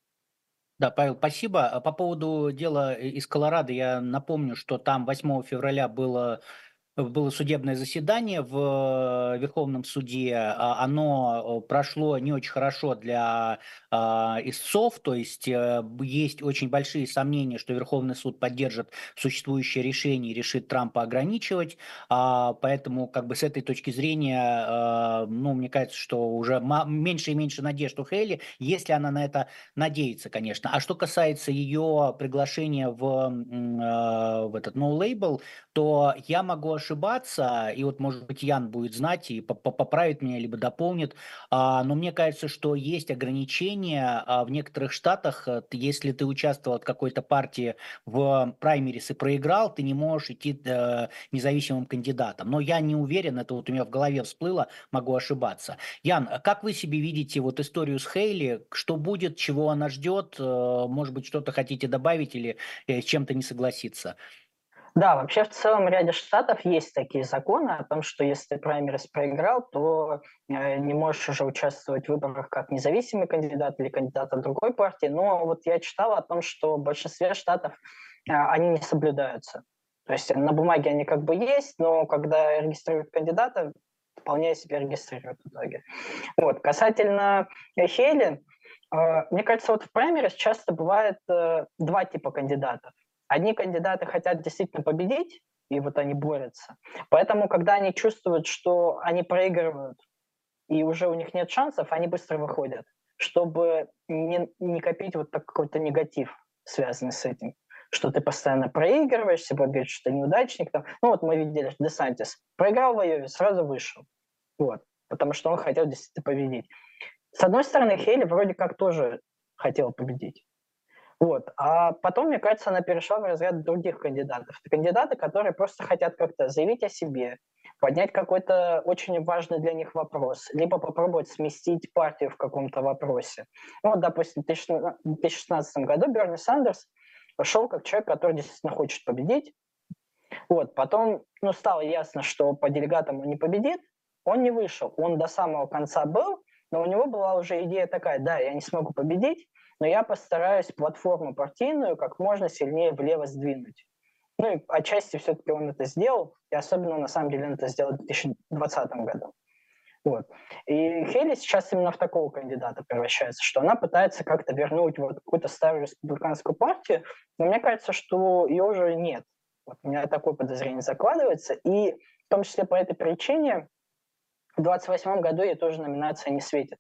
Да, Павел, спасибо. А по поводу дела э, из Колорадо, я напомню, что там восьмого февраля было было судебное заседание в э, Верховном суде. а, Оно э, прошло не очень хорошо для а, истцов, то есть э, б- есть очень большие сомнения, что Верховный суд поддержит существующее решение и решит Трампа ограничивать. А, Поэтому как бы с этой точки зрения, э, ну, мне кажется, что уже ма- меньше и меньше надежд у Хейли, если она на это надеется, конечно. А что касается ее приглашения в, м, э, в этот No Label, то я могу ошибаться, и вот, может быть, Ян будет знать и по- по- поправит меня, либо дополнит, а, но мне кажется, что есть ограничения а, в некоторых штатах, э, ты- если ты участвовал от какой-то партии в праймерис и проиграл, ты не можешь идти э, независимым кандидатом. Но я не уверен, это вот у меня в голове всплыло, могу ошибаться. Ян, а как вы себе видите вот историю с Хейли, что будет, чего она ждет, э, может быть, что-то хотите добавить или э, с чем-то не согласиться? Да, вообще в целом ряде штатов есть такие законы о том, что если ты праймерис проиграл, то э, не можешь уже участвовать в выборах как независимый кандидат или кандидат от другой партии. Но вот я читал о том, что в большинстве штатов э, они не соблюдаются. То есть на бумаге они как бы есть, но когда регистрируют кандидата, вполне себе регистрируют в итоге. Вот. Касательно э, Хейли, э, мне кажется, вот в праймерис часто бывает э, два типа кандидатов. Одни кандидаты хотят действительно победить, и вот они борются. Поэтому, когда они чувствуют, что они проигрывают, и уже у них нет шансов, они быстро выходят, чтобы не, не копить вот так какой-то негатив, связанный с этим. Что ты постоянно проигрываешь, все говорят, что ты неудачник. Там. Ну вот мы видели, Десантис проиграл в Айове, сразу вышел. Вот. Потому что он хотел действительно победить. С одной стороны, Хейли вроде как тоже хотел победить. Вот. А потом, мне кажется, она перешла в разряд других кандидатов. Это кандидаты, которые просто хотят как-то заявить о себе, поднять какой-то очень важный для них вопрос, либо попробовать сместить партию в каком-то вопросе. Ну, вот, допустим, в две тысячи шестнадцатом году Берни Сандерс пошел как человек, который действительно хочет победить. Вот. Потом ну, стало ясно, что по делегатам он не победит, он не вышел. Он до самого конца был, но у него была уже идея такая: да, я не смогу победить, но я постараюсь платформу партийную как можно сильнее влево сдвинуть. Ну и отчасти все-таки он это сделал, и особенно на самом деле он это сделал в две тысячи двадцатом году. Вот. И Хейли сейчас именно в такого кандидата превращается, что она пытается как-то вернуть вот какую-то старую республиканскую партию, но мне кажется, что ее уже нет. Вот у меня такое подозрение закладывается, и в том числе по этой причине в двадцать восьмом году ей тоже номинация не светит.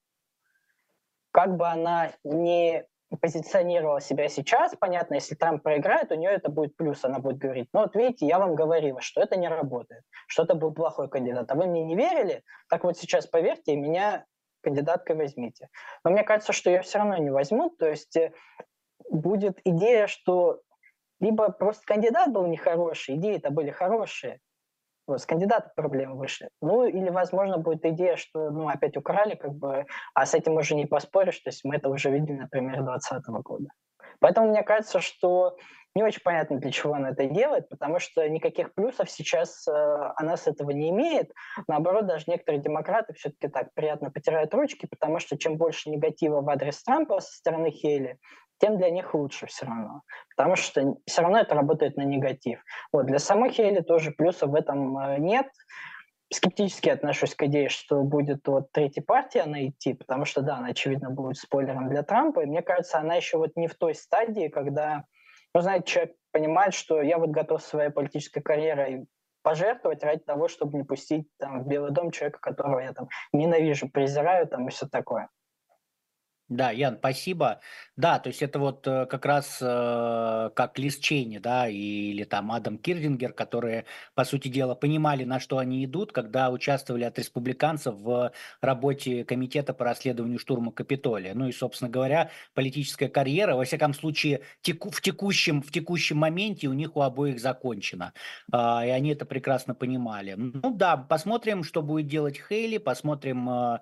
Как бы она не позиционировала себя сейчас, понятно, если Трамп проиграет, у нее это будет плюс, она будет говорить, ну вот видите, я вам говорила, что это не работает, что это был плохой кандидат, а вы мне не верили, так вот сейчас поверьте, и меня кандидаткой возьмите. Но мне кажется, что ее все равно не возьмут, то есть э, будет идея, что либо просто кандидат был нехороший, идеи-то были хорошие, вот, с кандидата проблемы вышли. Ну, или, возможно, будет идея, что, ну, опять украли, как бы, а с этим уже не поспоришь, то есть мы это уже видели, например, двадцатого года. Поэтому мне кажется, что не очень понятно, для чего она это делает, потому что никаких плюсов сейчас э, она с этого не имеет. Наоборот, даже некоторые демократы все-таки так приятно потирают ручки, потому что чем больше негатива в адрес Трампа со стороны Хейли, тем для них лучше все равно. Потому что все равно это работает на негатив. Вот, для самой Хейли тоже плюсов в этом э, нет. Скептически отношусь к идее, что будет вот третьей партии она идти, потому что, да, она, очевидно, будет спойлером для Трампа. И мне кажется, она еще вот не в той стадии, когда, ну, знаете, человек понимает, что я вот готов своей политической карьерой пожертвовать ради того, чтобы не пустить там, в Белый дом человека, которого я там ненавижу, презираю там, и все такое. Да, Ян, спасибо. Да, то есть это вот э, как раз э, как Лиз Чейни, да, или там Адам Кирдингер, которые, по сути дела, понимали, на что они идут, когда участвовали от республиканцев в работе комитета по расследованию штурма Капитолия. Ну и, собственно говоря, политическая карьера, во всяком случае, теку, в, текущем, в текущем моменте у них у обоих закончена. А, и они это прекрасно понимали. Ну да, посмотрим, что будет делать Хейли, посмотрим, а,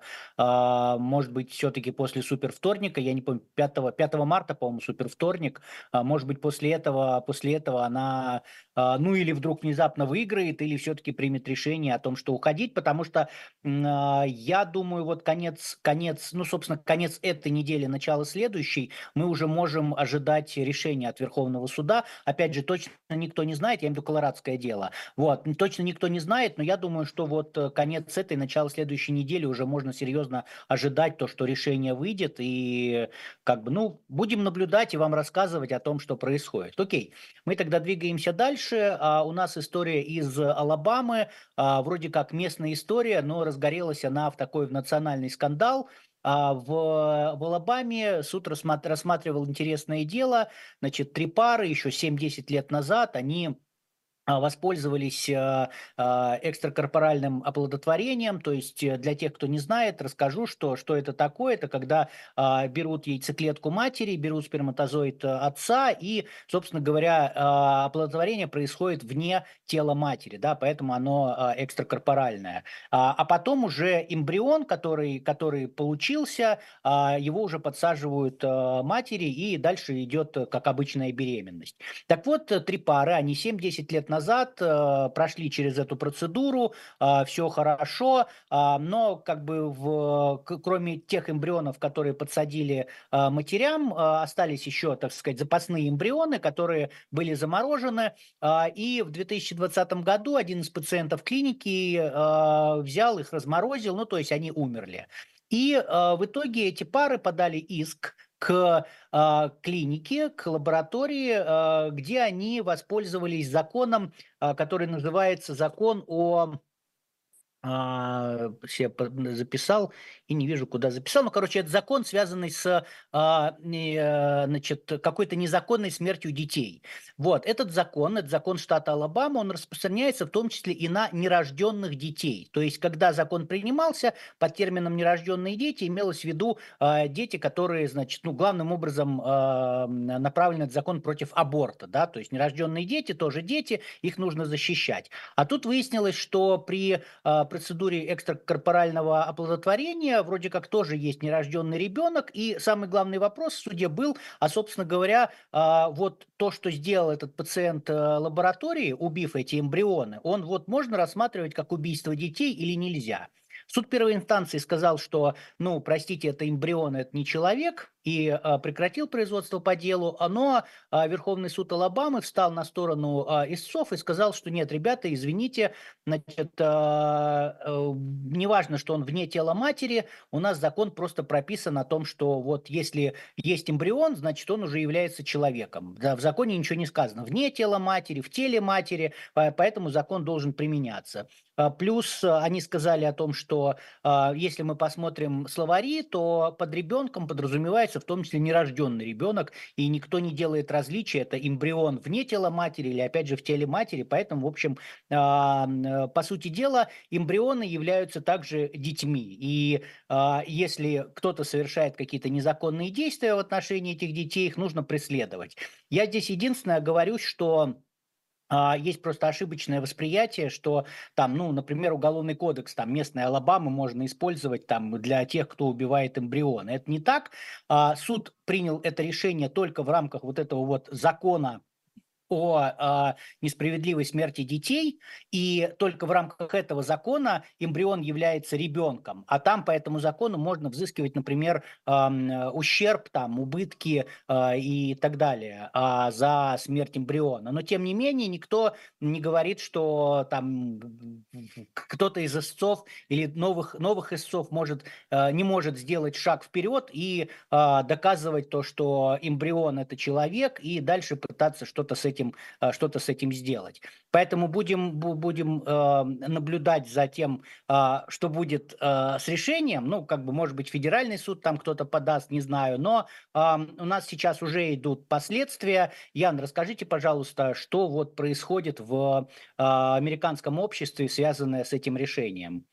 а, может быть, все-таки после супер вторника, я не помню, пятого, пятого марта, по-моему, супер вторник, а, может быть, после этого, после этого она, а, ну или вдруг внезапно выиграет, или все-таки примет решение о том, что уходить, потому что а, я думаю, вот конец, конец, ну, собственно, конец этой недели, начало следующей, мы уже можем ожидать решения от Верховного суда. Опять же, точно никто не знает, я имею в виду колорадское дело. Вот, точно никто не знает, но я думаю, что вот э, конец этой, начало следующей недели уже можно серьезно ожидать то, что решение выйдет, и как бы, ну, будем наблюдать и вам рассказывать о том, что происходит. Окей, мы тогда двигаемся дальше. А, у нас история из Алабамы, а, вроде как местная история, но разгорелась она в такой в национальный скандал. А в, в Алабаме суд рассмат- рассматривал интересное дело. Значит, три пары еще семь-десять лет назад, они а, воспользовались а, а, экстракорпоральным оплодотворением. То есть э, для тех, кто не знает, расскажу, что, что это такое. Это когда а, берут яйцеклетку матери, берут сперматозоид э, отца, и, собственно говоря, а, оплодотворение происходит вне тела матери, да, поэтому оно а, экстракорпоральное. А, а потом уже эмбрион, который, который получился, а, его уже подсаживают а, матери, и дальше идет э, как обычная беременность. Так вот, э, три пары, они семь-десять лет назад э, прошли через эту процедуру, э, все хорошо, э, но как бы в, к- кроме тех эмбрионов, которые подсадили э, матерям, э, остались еще, так сказать, запасные эмбрионы, которые были заморожены, э, и в две тысячи двадцатом году один из пациентов клиники э, взял их, разморозил, ну то есть они умерли. И э, в итоге эти пары подали иск к а, клинике, к лаборатории, а, где они воспользовались законом, а, который называется закон о а, себе по- записал и не вижу, куда записал. Ну, короче, это закон, связанный с а, не, э, значит, какой-то незаконной смертью детей. Вот, этот закон, это закон штата Алабама, он распространяется в том числе и на нерожденных детей. То есть, когда закон принимался, под термином «нерожденные дети» имелось в виду а, дети, которые, значит, ну, главным образом а, направлен этот закон против аборта, да, то есть нерожденные дети тоже дети, их нужно защищать. А тут выяснилось, что при а, процедуре экстракорпорального оплодотворения вроде как тоже есть нерожденный ребенок, и самый главный вопрос в суде был, а, собственно говоря, а, вот то, что сделал этот пациент а, лаборатории, убив эти эмбрионы, он вот можно рассматривать как убийство детей или нельзя? Суд первой инстанции сказал, что, ну, простите, это эмбрион, это не человек, и а, прекратил производство по делу, но а, Верховный суд Алабамы встал на сторону а, истцов и сказал, что нет, ребята, извините, значит, а, а, неважно, что он вне тела матери, у нас закон просто прописан о том, что вот если есть эмбрион, значит, он уже является человеком. Да, в законе ничего не сказано. Вне тела матери, в теле матери, по- поэтому закон должен применяться. А, Плюс а, они сказали о том, что а, если мы посмотрим словари, то под ребенком подразумевается в том числе нерожденный ребенок, и никто не делает различия, это эмбрион вне тела матери или опять же в теле матери, поэтому, в общем, а, м, э, по сути дела, эмбрионы являются также детьми. И а, если кто-то совершает какие-то незаконные действия в отношении этих детей, их нужно преследовать. Я здесь единственное говорю, что а, есть просто ошибочное восприятие, что там, ну, например, уголовный кодекс там местной Алабамы можно использовать там для тех, кто убивает эмбрионы. Это не так. А, Суд принял это решение только в рамках вот этого вот закона о а, несправедливой смерти детей, и только в рамках этого закона эмбрион является ребенком, а там по этому закону можно взыскивать, например, ам, э, ущерб, там, убытки а, и так далее а, за смерть эмбриона. Но тем не менее никто не говорит, что там кто-то из истцов или новых, новых истцов может, э, не может сделать шаг вперед и а, доказывать то, что эмбрион это человек, и дальше пытаться что-то с этим, а, что-то с этим сделать. Поэтому будем, бу- будем э, наблюдать за тем, а, что будет э, с решением. Ну, как бы, может быть, федеральный суд там кто-то подаст, не знаю. Но а, у нас сейчас уже идут последствия. Ян, расскажите, пожалуйста, что вот происходит в а, американском обществе, связанное с этим решением.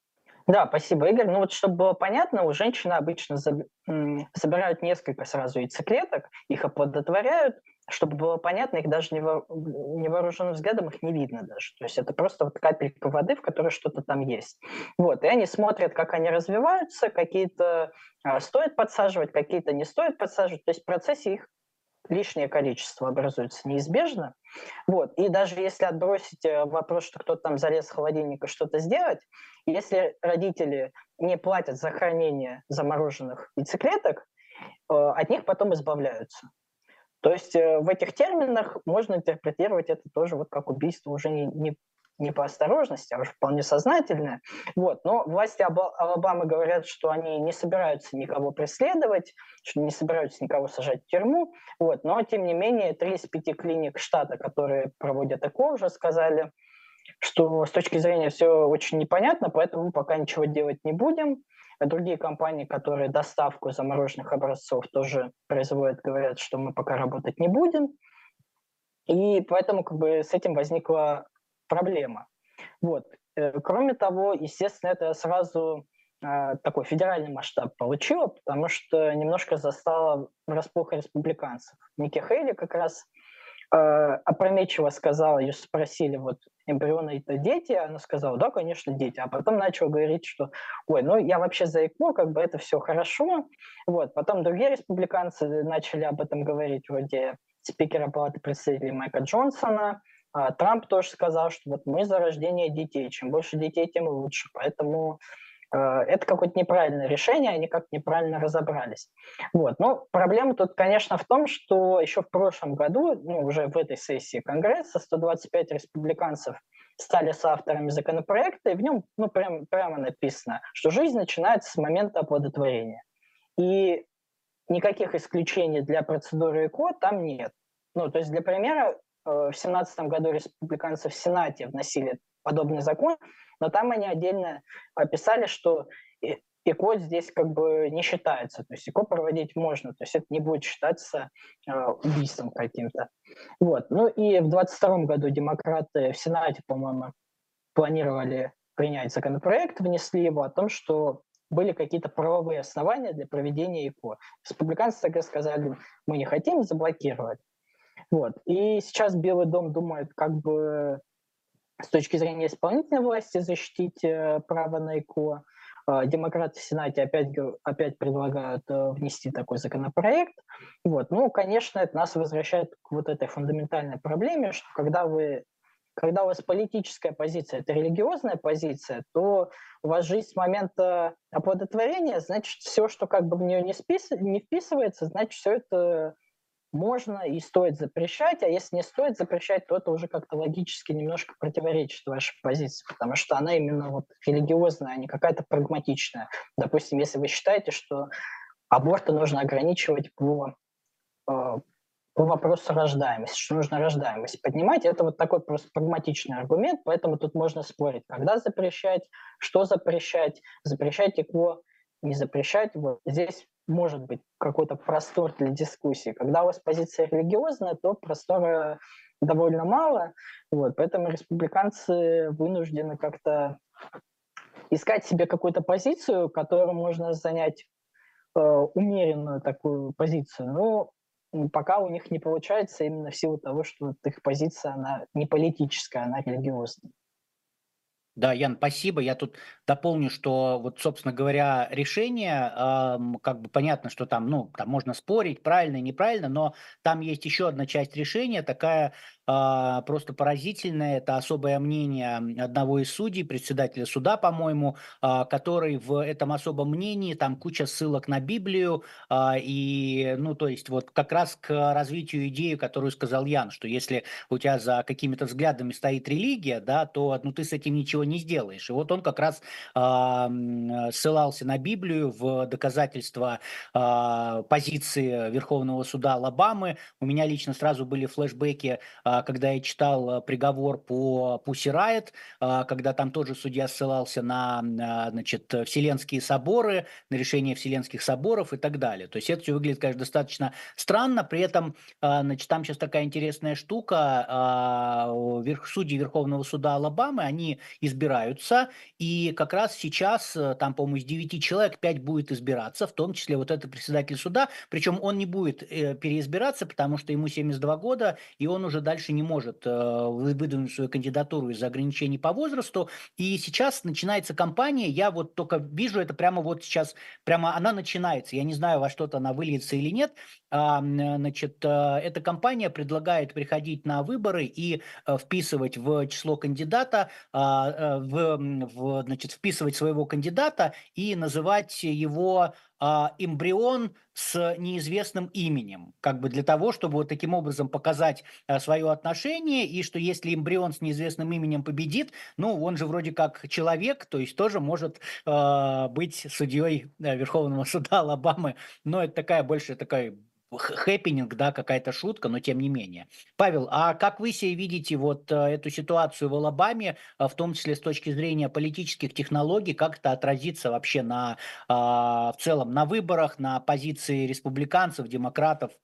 Да, спасибо, Игорь. Ну вот, чтобы было понятно, у женщины обычно заб- м, собирают несколько сразу яйцеклеток, их оплодотворяют. Чтобы было понятно, их даже нево- невооруженным взглядом их не видно даже. То есть это просто вот капелька воды, в которой что-то там есть. Вот, и они смотрят, как они развиваются, какие-то а, стоит подсаживать, какие-то не стоит подсаживать. То есть в процессе их лишнее количество образуется неизбежно. Вот. И даже если отбросить э, вопрос, что кто-то там залез в холодильник и что-то сделать, если родители не платят за хранение замороженных яйцеклеток, э, от них потом избавляются. То есть э, в этих терминах можно интерпретировать это тоже вот как убийство уже не, не, не по осторожности, а уже вполне сознательное. Вот. Но власти Аба- Алабамы говорят, что они не собираются никого преследовать, что не собираются никого сажать в тюрьму. Вот. Но, тем не менее, три из пяти клиник штата, которые проводят ЭКО, уже сказали, что с точки зрения все очень непонятно, поэтому мы пока ничего делать не будем. А другие компании, которые доставку замороженных образцов тоже производят, говорят, что мы пока работать не будем. И поэтому как бы с этим возникла проблема. Вот. Э, Кроме того, естественно, это сразу э, такой федеральный масштаб получило, потому что немножко застало врасплох республиканцев. Ники Хейли как раз э, опрометчиво сказала, ее спросили, вот эмбрионы это дети, она сказала, да, конечно, дети, а потом начала говорить, что, ой, ну я вообще за ЭКО, как бы это все хорошо, вот, потом другие республиканцы начали об этом говорить, вроде спикера Палаты представителей Майка Джонсона, а Трамп тоже сказал, что вот мы за рождение детей, чем больше детей, тем лучше, поэтому э, это какое-то неправильное решение, они как-то неправильно разобрались. Вот. Но проблема тут, конечно, в том, что еще в прошлом году, ну, уже в этой сессии Конгресса, сто двадцать пять республиканцев стали соавторами законопроекта, и в нем ну, прям, прямо написано, что жизнь начинается с момента оплодотворения. И никаких исключений для процедуры ЭКО там нет. Ну, то есть, для примера, э, в две тысячи семнадцатом году республиканцы в Сенате вносили подобный закон, но там они отдельно описали, что э- ЭКО здесь как бы не считается. То есть ЭКО проводить можно, то есть это не будет считаться э, убийством каким-то. Вот. Ну и в двадцать втором году демократы в Сенате, по-моему, планировали принять законопроект, внесли его о том, что были какие-то правовые основания для проведения ЭКО. Республиканцы тогда сказали, мы не хотим, заблокировать. Вот. И сейчас Белый дом думает, как бы с точки зрения исполнительной власти защитить э, право на ЭКО. Э, демократы в Сенате опять, опять предлагают э, внести такой законопроект. Вот. Ну, конечно, это нас возвращает к вот этой фундаментальной проблеме, что когда вы когда у вас политическая позиция, это религиозная позиция, то у вас жизнь с момента оплодотворения, значит, все, что как бы в нее не, спис... не вписывается, значит, все это можно и стоит запрещать, а если не стоит запрещать, то это уже как-то логически немножко противоречит вашей позиции, потому что она именно вот религиозная, а не какая-то прагматичная. Допустим, если вы считаете, что аборты нужно ограничивать по, э, по вопросу рождаемости, что нужно рождаемость поднимать, это вот такой просто прагматичный аргумент, поэтому тут можно спорить, когда запрещать, что запрещать, запрещать ЭКО, не запрещать. Вот здесь может быть какой-то простор для дискуссии. Когда у вас позиция религиозная, то простора довольно мало, вот, поэтому республиканцы вынуждены как-то искать себе какую-то позицию, которую можно занять э, умеренную такую позицию, но м, пока у них не получается именно в силу того, что вот их позиция, она не политическая, она религиозная. Да, Ян, спасибо. Я тут дополню, что вот, собственно говоря, решение, ам, как бы понятно, что там, ну, там можно спорить, правильно и неправильно, но там есть еще одна часть решения, такая а, просто поразительная. Это особое мнение одного из судей, председателя суда, по-моему, а, который в этом особом мнении, там куча ссылок на Библию, а, и, ну, то есть вот как раз к развитию идеи, которую сказал Ян, что если у тебя за какими-то взглядами стоит религия, да, то ну, ты с этим ничего не сделаешь. И вот он как раз а, м, ссылался на Библию в доказательство а, позиции Верховного суда Алабамы. У меня лично сразу были флешбеки, а, когда я читал а, приговор по Пусси Райт, а, когда там тоже судья ссылался на, а, значит, Вселенские соборы, на решение Вселенских соборов и так далее. То есть это все выглядит, конечно, достаточно странно, при этом а, значит, там сейчас такая интересная штука. а, верх- Судьи Верховного суда Алабамы, они избираются, и как раз сейчас, э, там, по-моему, из девяти человек пять будет избираться, в том числе вот этот председатель суда, причем он не будет э, переизбираться, потому что ему семьдесят два года, и он уже дальше не может э, вы- выдвинуть свою кандидатуру из-за ограничений по возрасту, и сейчас начинается кампания, я вот только вижу это прямо вот сейчас, прямо она начинается, я не знаю, во что-то она выльется или нет. А, м, значит, а, эта компания предлагает приходить на выборы и а, вписывать в число кандидата, а, а, в, м, в, значит, вписывать своего кандидата и называть его а, эмбрион с неизвестным именем, как бы для того, чтобы вот таким образом показать а, свое отношение, и что если эмбрион с неизвестным именем победит, ну, он же вроде как человек, то есть тоже может а, быть судьей а, Верховного суда Алабамы, но это такая больше такая х- хэппининг, да, какая-то шутка, но тем не менее. Павел, а как вы себе видите вот э, эту ситуацию в Алабаме, а, в том числе с точки зрения политических технологий, как это отразится вообще на, а, в целом на выборах, на позиции республиканцев, демократов?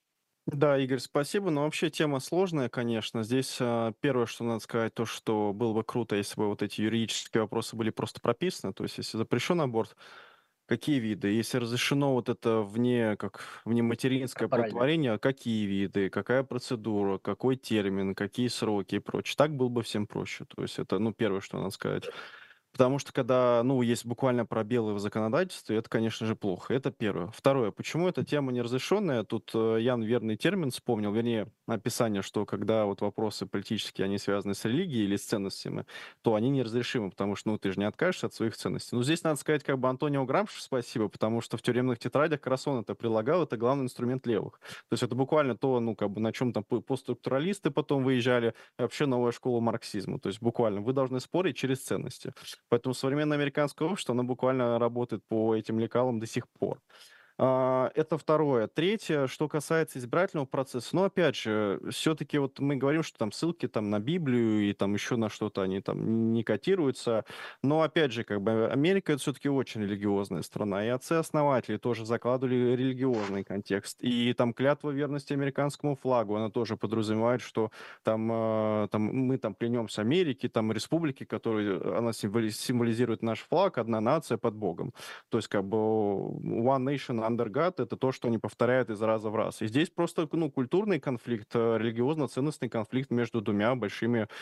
Да, Игорь, спасибо. Но вообще тема сложная, конечно. Здесь а, первое, что надо сказать, то, что было бы круто, если бы вот эти юридические вопросы были просто прописаны. То есть, если запрещен аборт, какие виды? Если разрешено вот это вне, как внематеринское Корпоральные. оплодотворение, какие виды, какая процедура, какой термин, какие сроки и прочее. Так было бы всем проще. То есть это, ну, первое, что надо сказать. Потому что когда, ну, есть буквально пробелы в законодательстве, это, конечно же, плохо. Это первое. Второе. Почему эта тема неразрешенная? Тут э, Ян верный термин вспомнил, вернее, описание, что когда вот вопросы политические, они связаны с религией или с ценностями, то они неразрешимы, потому что, ну, ты же не откажешься от своих ценностей. Ну, здесь надо сказать как бы Антонио Грамши спасибо, потому что в тюремных тетрадях как раз он это прилагал, это главный инструмент левых. То есть это буквально то, ну, как бы на чем там по- постструктуралисты потом выезжали, вообще новая школа марксизма. То есть буквально вы должны спорить через ценности. Поэтому современное американское общество, оно буквально работает по этим лекалам до сих пор. А, это второе. Третье, что касается избирательного процесса. Ну, опять же, все-таки вот мы говорим, что там ссылки там на Библию и там еще на что-то они там не котируются. Но, опять же, как бы Америка это все-таки очень религиозная страна. И отцы-основатели тоже закладывали религиозный контекст. И там клятва верности американскому флагу, она тоже подразумевает, что там, э, там мы там клянемся Америке, там республики, которые она символи- символизирует наш флаг, одна нация под Богом. То есть как бы One Nation Under God — это то, что они повторяют из раза в раз. И здесь просто ну, культурный конфликт, э, религиозно-ценностный конфликт между двумя большими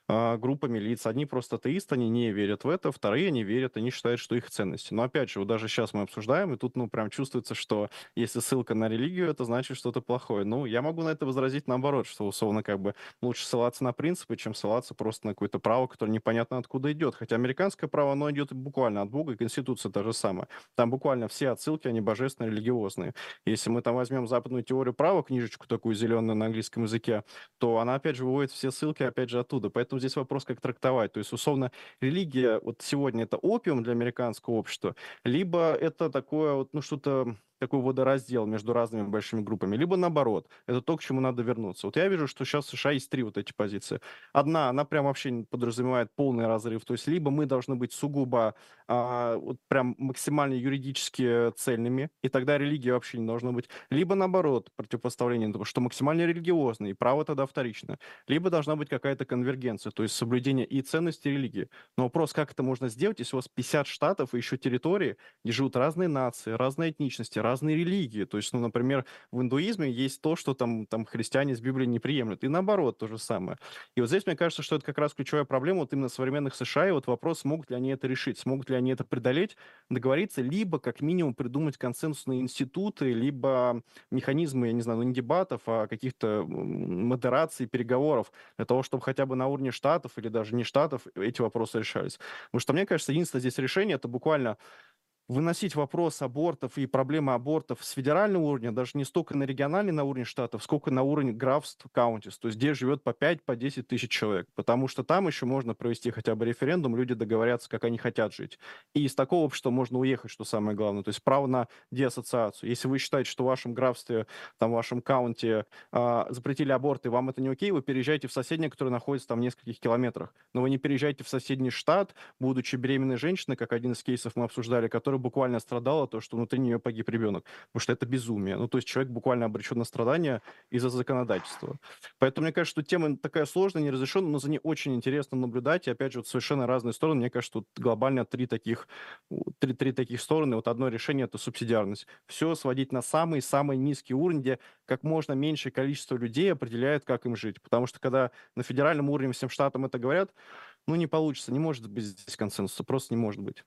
а, группами лиц. Одни просто атеисты, они не верят в это, вторые не верят, они считают, что их ценности. Но опять же, вот даже сейчас мы обсуждаем, и тут, ну, прям чувствуется, что если ссылка на религию, это значит что-то плохое. Ну, я могу на это возразить наоборот, что, условно, как бы лучше ссылаться на принципы, чем ссылаться просто на какое-то право, которое непонятно откуда идет. Хотя американское право, оно идет буквально от Бога, и Конституция та же самая. Там буквально все отсылки, они божественные, религиозные. Если мы там возьмем западную теорию права, книжечку такую зеленую на английском языке, то она, опять же, выводит все ссылки, опять же, оттуда. Поэтому здесь вопрос, как трактовать. То есть, условно, религия вот сегодня это опиум для американского общества, либо это такое вот, ну, что-то такой водораздел между разными большими группами, либо наоборот, это то, к чему надо вернуться. Вот я вижу, что сейчас в США есть три вот эти позиции. Одна, она прям вообще не подразумевает полный разрыв, то есть либо мы должны быть сугубо а, вот прям максимально юридически цельными, и тогда религии вообще не должно быть, либо наоборот, противопоставление, потому что максимально религиозно, и право тогда вторично, либо должна быть какая-то конвергенция, то есть соблюдение и ценностей и религии. Но вопрос, как это можно сделать, если у вас пятьдесят штатов и еще территории, где живут разные нации, разные этничности, разные религии. То есть, ну, например, в индуизме есть то, что там, там христиане с Библией не приемлют. И наоборот, то же самое. И вот здесь, мне кажется, что это как раз ключевая проблема вот именно современных США. И вот вопрос, смогут ли они это решить, смогут ли они это преодолеть, договориться, либо как минимум придумать консенсусные институты, либо механизмы, я не знаю, ну, не дебатов, а каких-то м, модераций, переговоров, для того, чтобы хотя бы на уровне штатов или даже не штатов эти вопросы решались. Потому что, мне кажется, единственное здесь решение — это буквально выносить вопрос абортов и проблемы абортов с федерального уровня, даже не столько на региональный, на уровне штатов, сколько на уровне графств, counties, то есть где живет по пять, по десять тысяч человек, потому что там еще можно провести хотя бы референдум, люди договорятся, как они хотят жить. И из такого общества можно уехать, что самое главное, то есть право на деассоциацию. Если вы считаете, что в вашем графстве, там, в вашем каунте а, запретили аборты, вам это не окей, вы переезжаете в соседнее, которое находится там в нескольких километрах, но вы не переезжаете в соседний штат, будучи беременной женщиной, как один из кейсов мы обсуждали, который буквально страдала, то, что внутри нее погиб ребенок. Потому что это безумие. Ну, то есть человек буквально обречен на страдания из-за законодательства. Поэтому мне кажется, что тема такая сложная, неразрешенная, но за ней очень интересно наблюдать. И опять же, вот совершенно разные стороны. Мне кажется, тут глобально три таких, три, три таких стороны. Вот одно решение — это субсидиарность. Все сводить на самый-самый низкий уровень, где как можно меньшее количество людей определяет, как им жить. Потому что когда на федеральном уровне всем штатам это говорят, ну, не получится, не может быть здесь консенсуса, просто не может быть.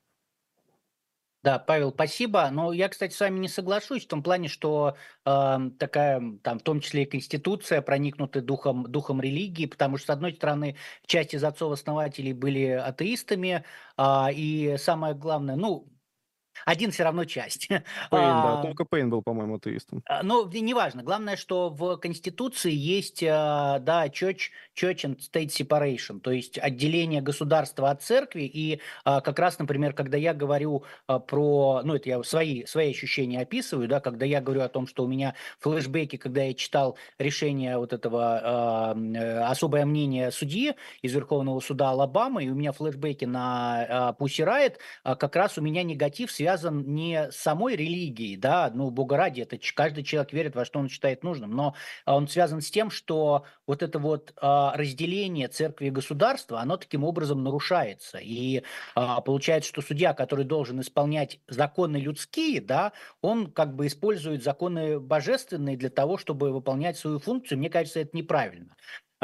Да, Павел, спасибо. Но я, кстати, с вами не соглашусь в том плане, что э, такая, м, там, в том числе и Конституция, проникнута духом, духом религии, потому что, с одной стороны, часть из отцов-основателей были атеистами, а, и самое главное, ну, один все равно часть. Пейн, да, А, только Пейн был, по-моему, атеистом. а, Ну, в- неважно. Главное, что в Конституции есть, а, да, church, church and state separation, то есть отделение государства от церкви. И а, как раз, например, когда я говорю а, про, ну, это я свои, свои ощущения описываю, да, когда я говорю о том, что у меня флешбеки, когда я читал решение вот этого а, м, э, особое мнение судьи из Верховного суда Алабамы, и у меня флешбеки на а, Pussy Riot, а, как раз у меня негатив связан не с самой религией, да, ну, бога ради, это ч- каждый человек верит во что он считает нужным, но а, он связан с тем, что вот это вот а, разделение церкви и государства, оно таким образом нарушается. И а, получается, что судья, который должен исполнять законы людские, да, он как бы использует законы божественные для того, чтобы выполнять свою функцию. Мне кажется, это неправильно.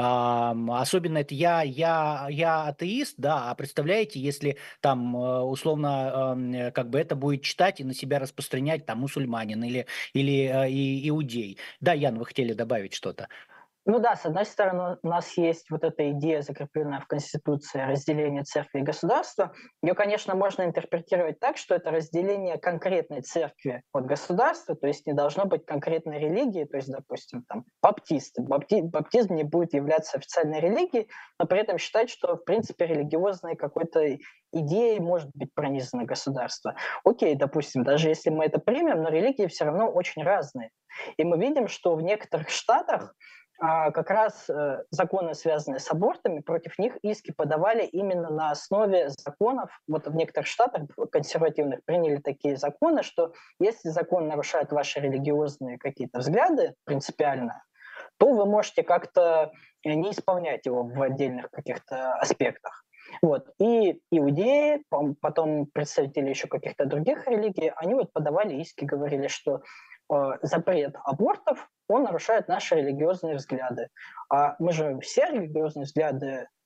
Ам, особенно это я, я, я атеист, да, а представляете, если там э, условно ам, э, как бы это будет читать и на себя распространять там мусульманин или, или э, и- иудей. Да, Ян, вы хотели добавить что-то? Ну да, с одной стороны, у нас есть вот эта идея, закрепленная в Конституции, разделения церкви и государства. Ее, конечно, можно интерпретировать так, что это разделение конкретной церкви от государства, то есть не должно быть конкретной религии, то есть, допустим, там, баптисты. Бапти- баптизм не будет являться официальной религией, но при этом считать, что, в принципе, религиозной какой-то идеей может быть пронизано государство. Окей, допустим, даже если мы это примем, но религии все равно очень разные. И мы видим, что в некоторых штатах а, как раз э, законы, связанные с абортами, против них иски подавали именно на основе законов. Вот в некоторых штатах консервативных приняли такие законы, что если закон нарушает ваши религиозные какие-то взгляды принципиально, то вы можете как-то э, не исполнять его в отдельных каких-то аспектах. Вот. И иудеи, пом- потом представители еще каких-то других религий, они вот подавали иски, говорили, что э, запрет абортов, он нарушает наши религиозные взгляды. А мы же все религиозные взгляды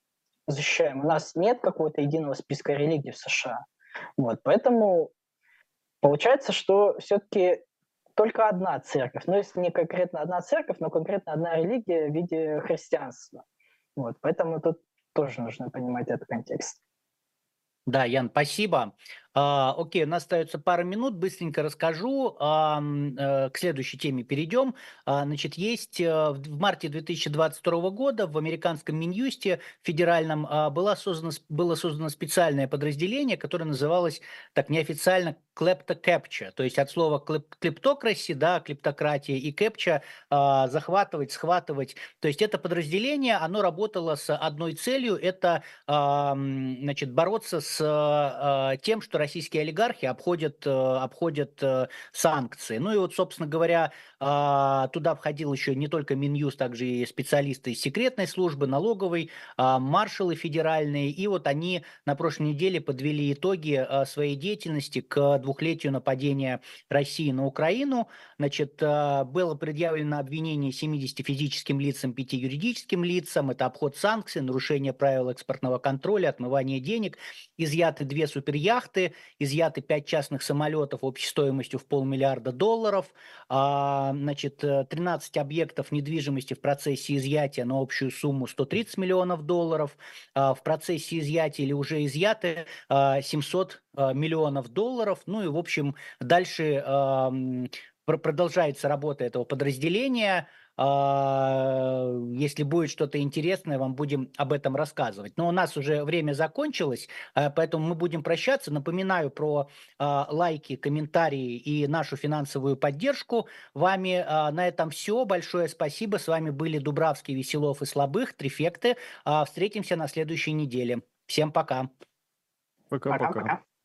защищаем. У нас нет какого-то единого списка религий в США. Вот, поэтому получается, что все-таки только одна церковь. Ну, если не конкретно одна церковь, но конкретно одна религия в виде христианства. Вот, поэтому тут тоже нужно понимать этот контекст. Да, Ян, спасибо. А, окей, у нас остается пара минут, быстренько расскажу. Ам, э, к следующей теме перейдем. А, значит, есть э, в в марте две тысячи двадцать второго года в американском Минюсте федеральном а, была создана, с- было создано специальное подразделение, которое называлось так неофициально клептокэпча, то есть от слова клеп- клептокраси, да, клептократия, и кэпча а, захватывать, схватывать. То есть это подразделение, оно работало с одной целью, это ам, значит, бороться с а, тем, что российские олигархи обходят, э, обходят э, санкции. Ну и вот, собственно говоря, а, туда входил еще не только Минюст, также и специалисты из секретной службы, налоговой, а, маршалы федеральные. И вот они на прошлой неделе подвели итоги а, своей деятельности к двухлетию нападения России на Украину. Значит, а, было предъявлено обвинение семидесяти физическим лицам, пяти юридическим лицам. Это обход санкций, нарушение правил экспортного контроля, отмывание денег. Изъяты две суперяхты, изъяты пять частных самолетов общей стоимостью в полмиллиарда долларов. А, значит, э, тринадцать объектов недвижимости в процессе изъятия на общую сумму сто тридцать миллионов долларов. А, в процессе изъятия или уже изъяты а, семьсот а, миллионов долларов. Ну и, в общем, дальше ам, пр- продолжается работа этого подразделения. А, Если будет что-то интересное, вам будем об этом рассказывать. Но у нас уже время закончилось, а, поэтому мы будем прощаться. Напоминаю про а, лайки, комментарии и нашу финансовую поддержку. Вами а, на этом все. Большое спасибо. С вами были Дубравский, Веселов и Слабых, Трифекты. А, Встретимся на следующей неделе. Всем пока. Пока-пока. Пока-пока.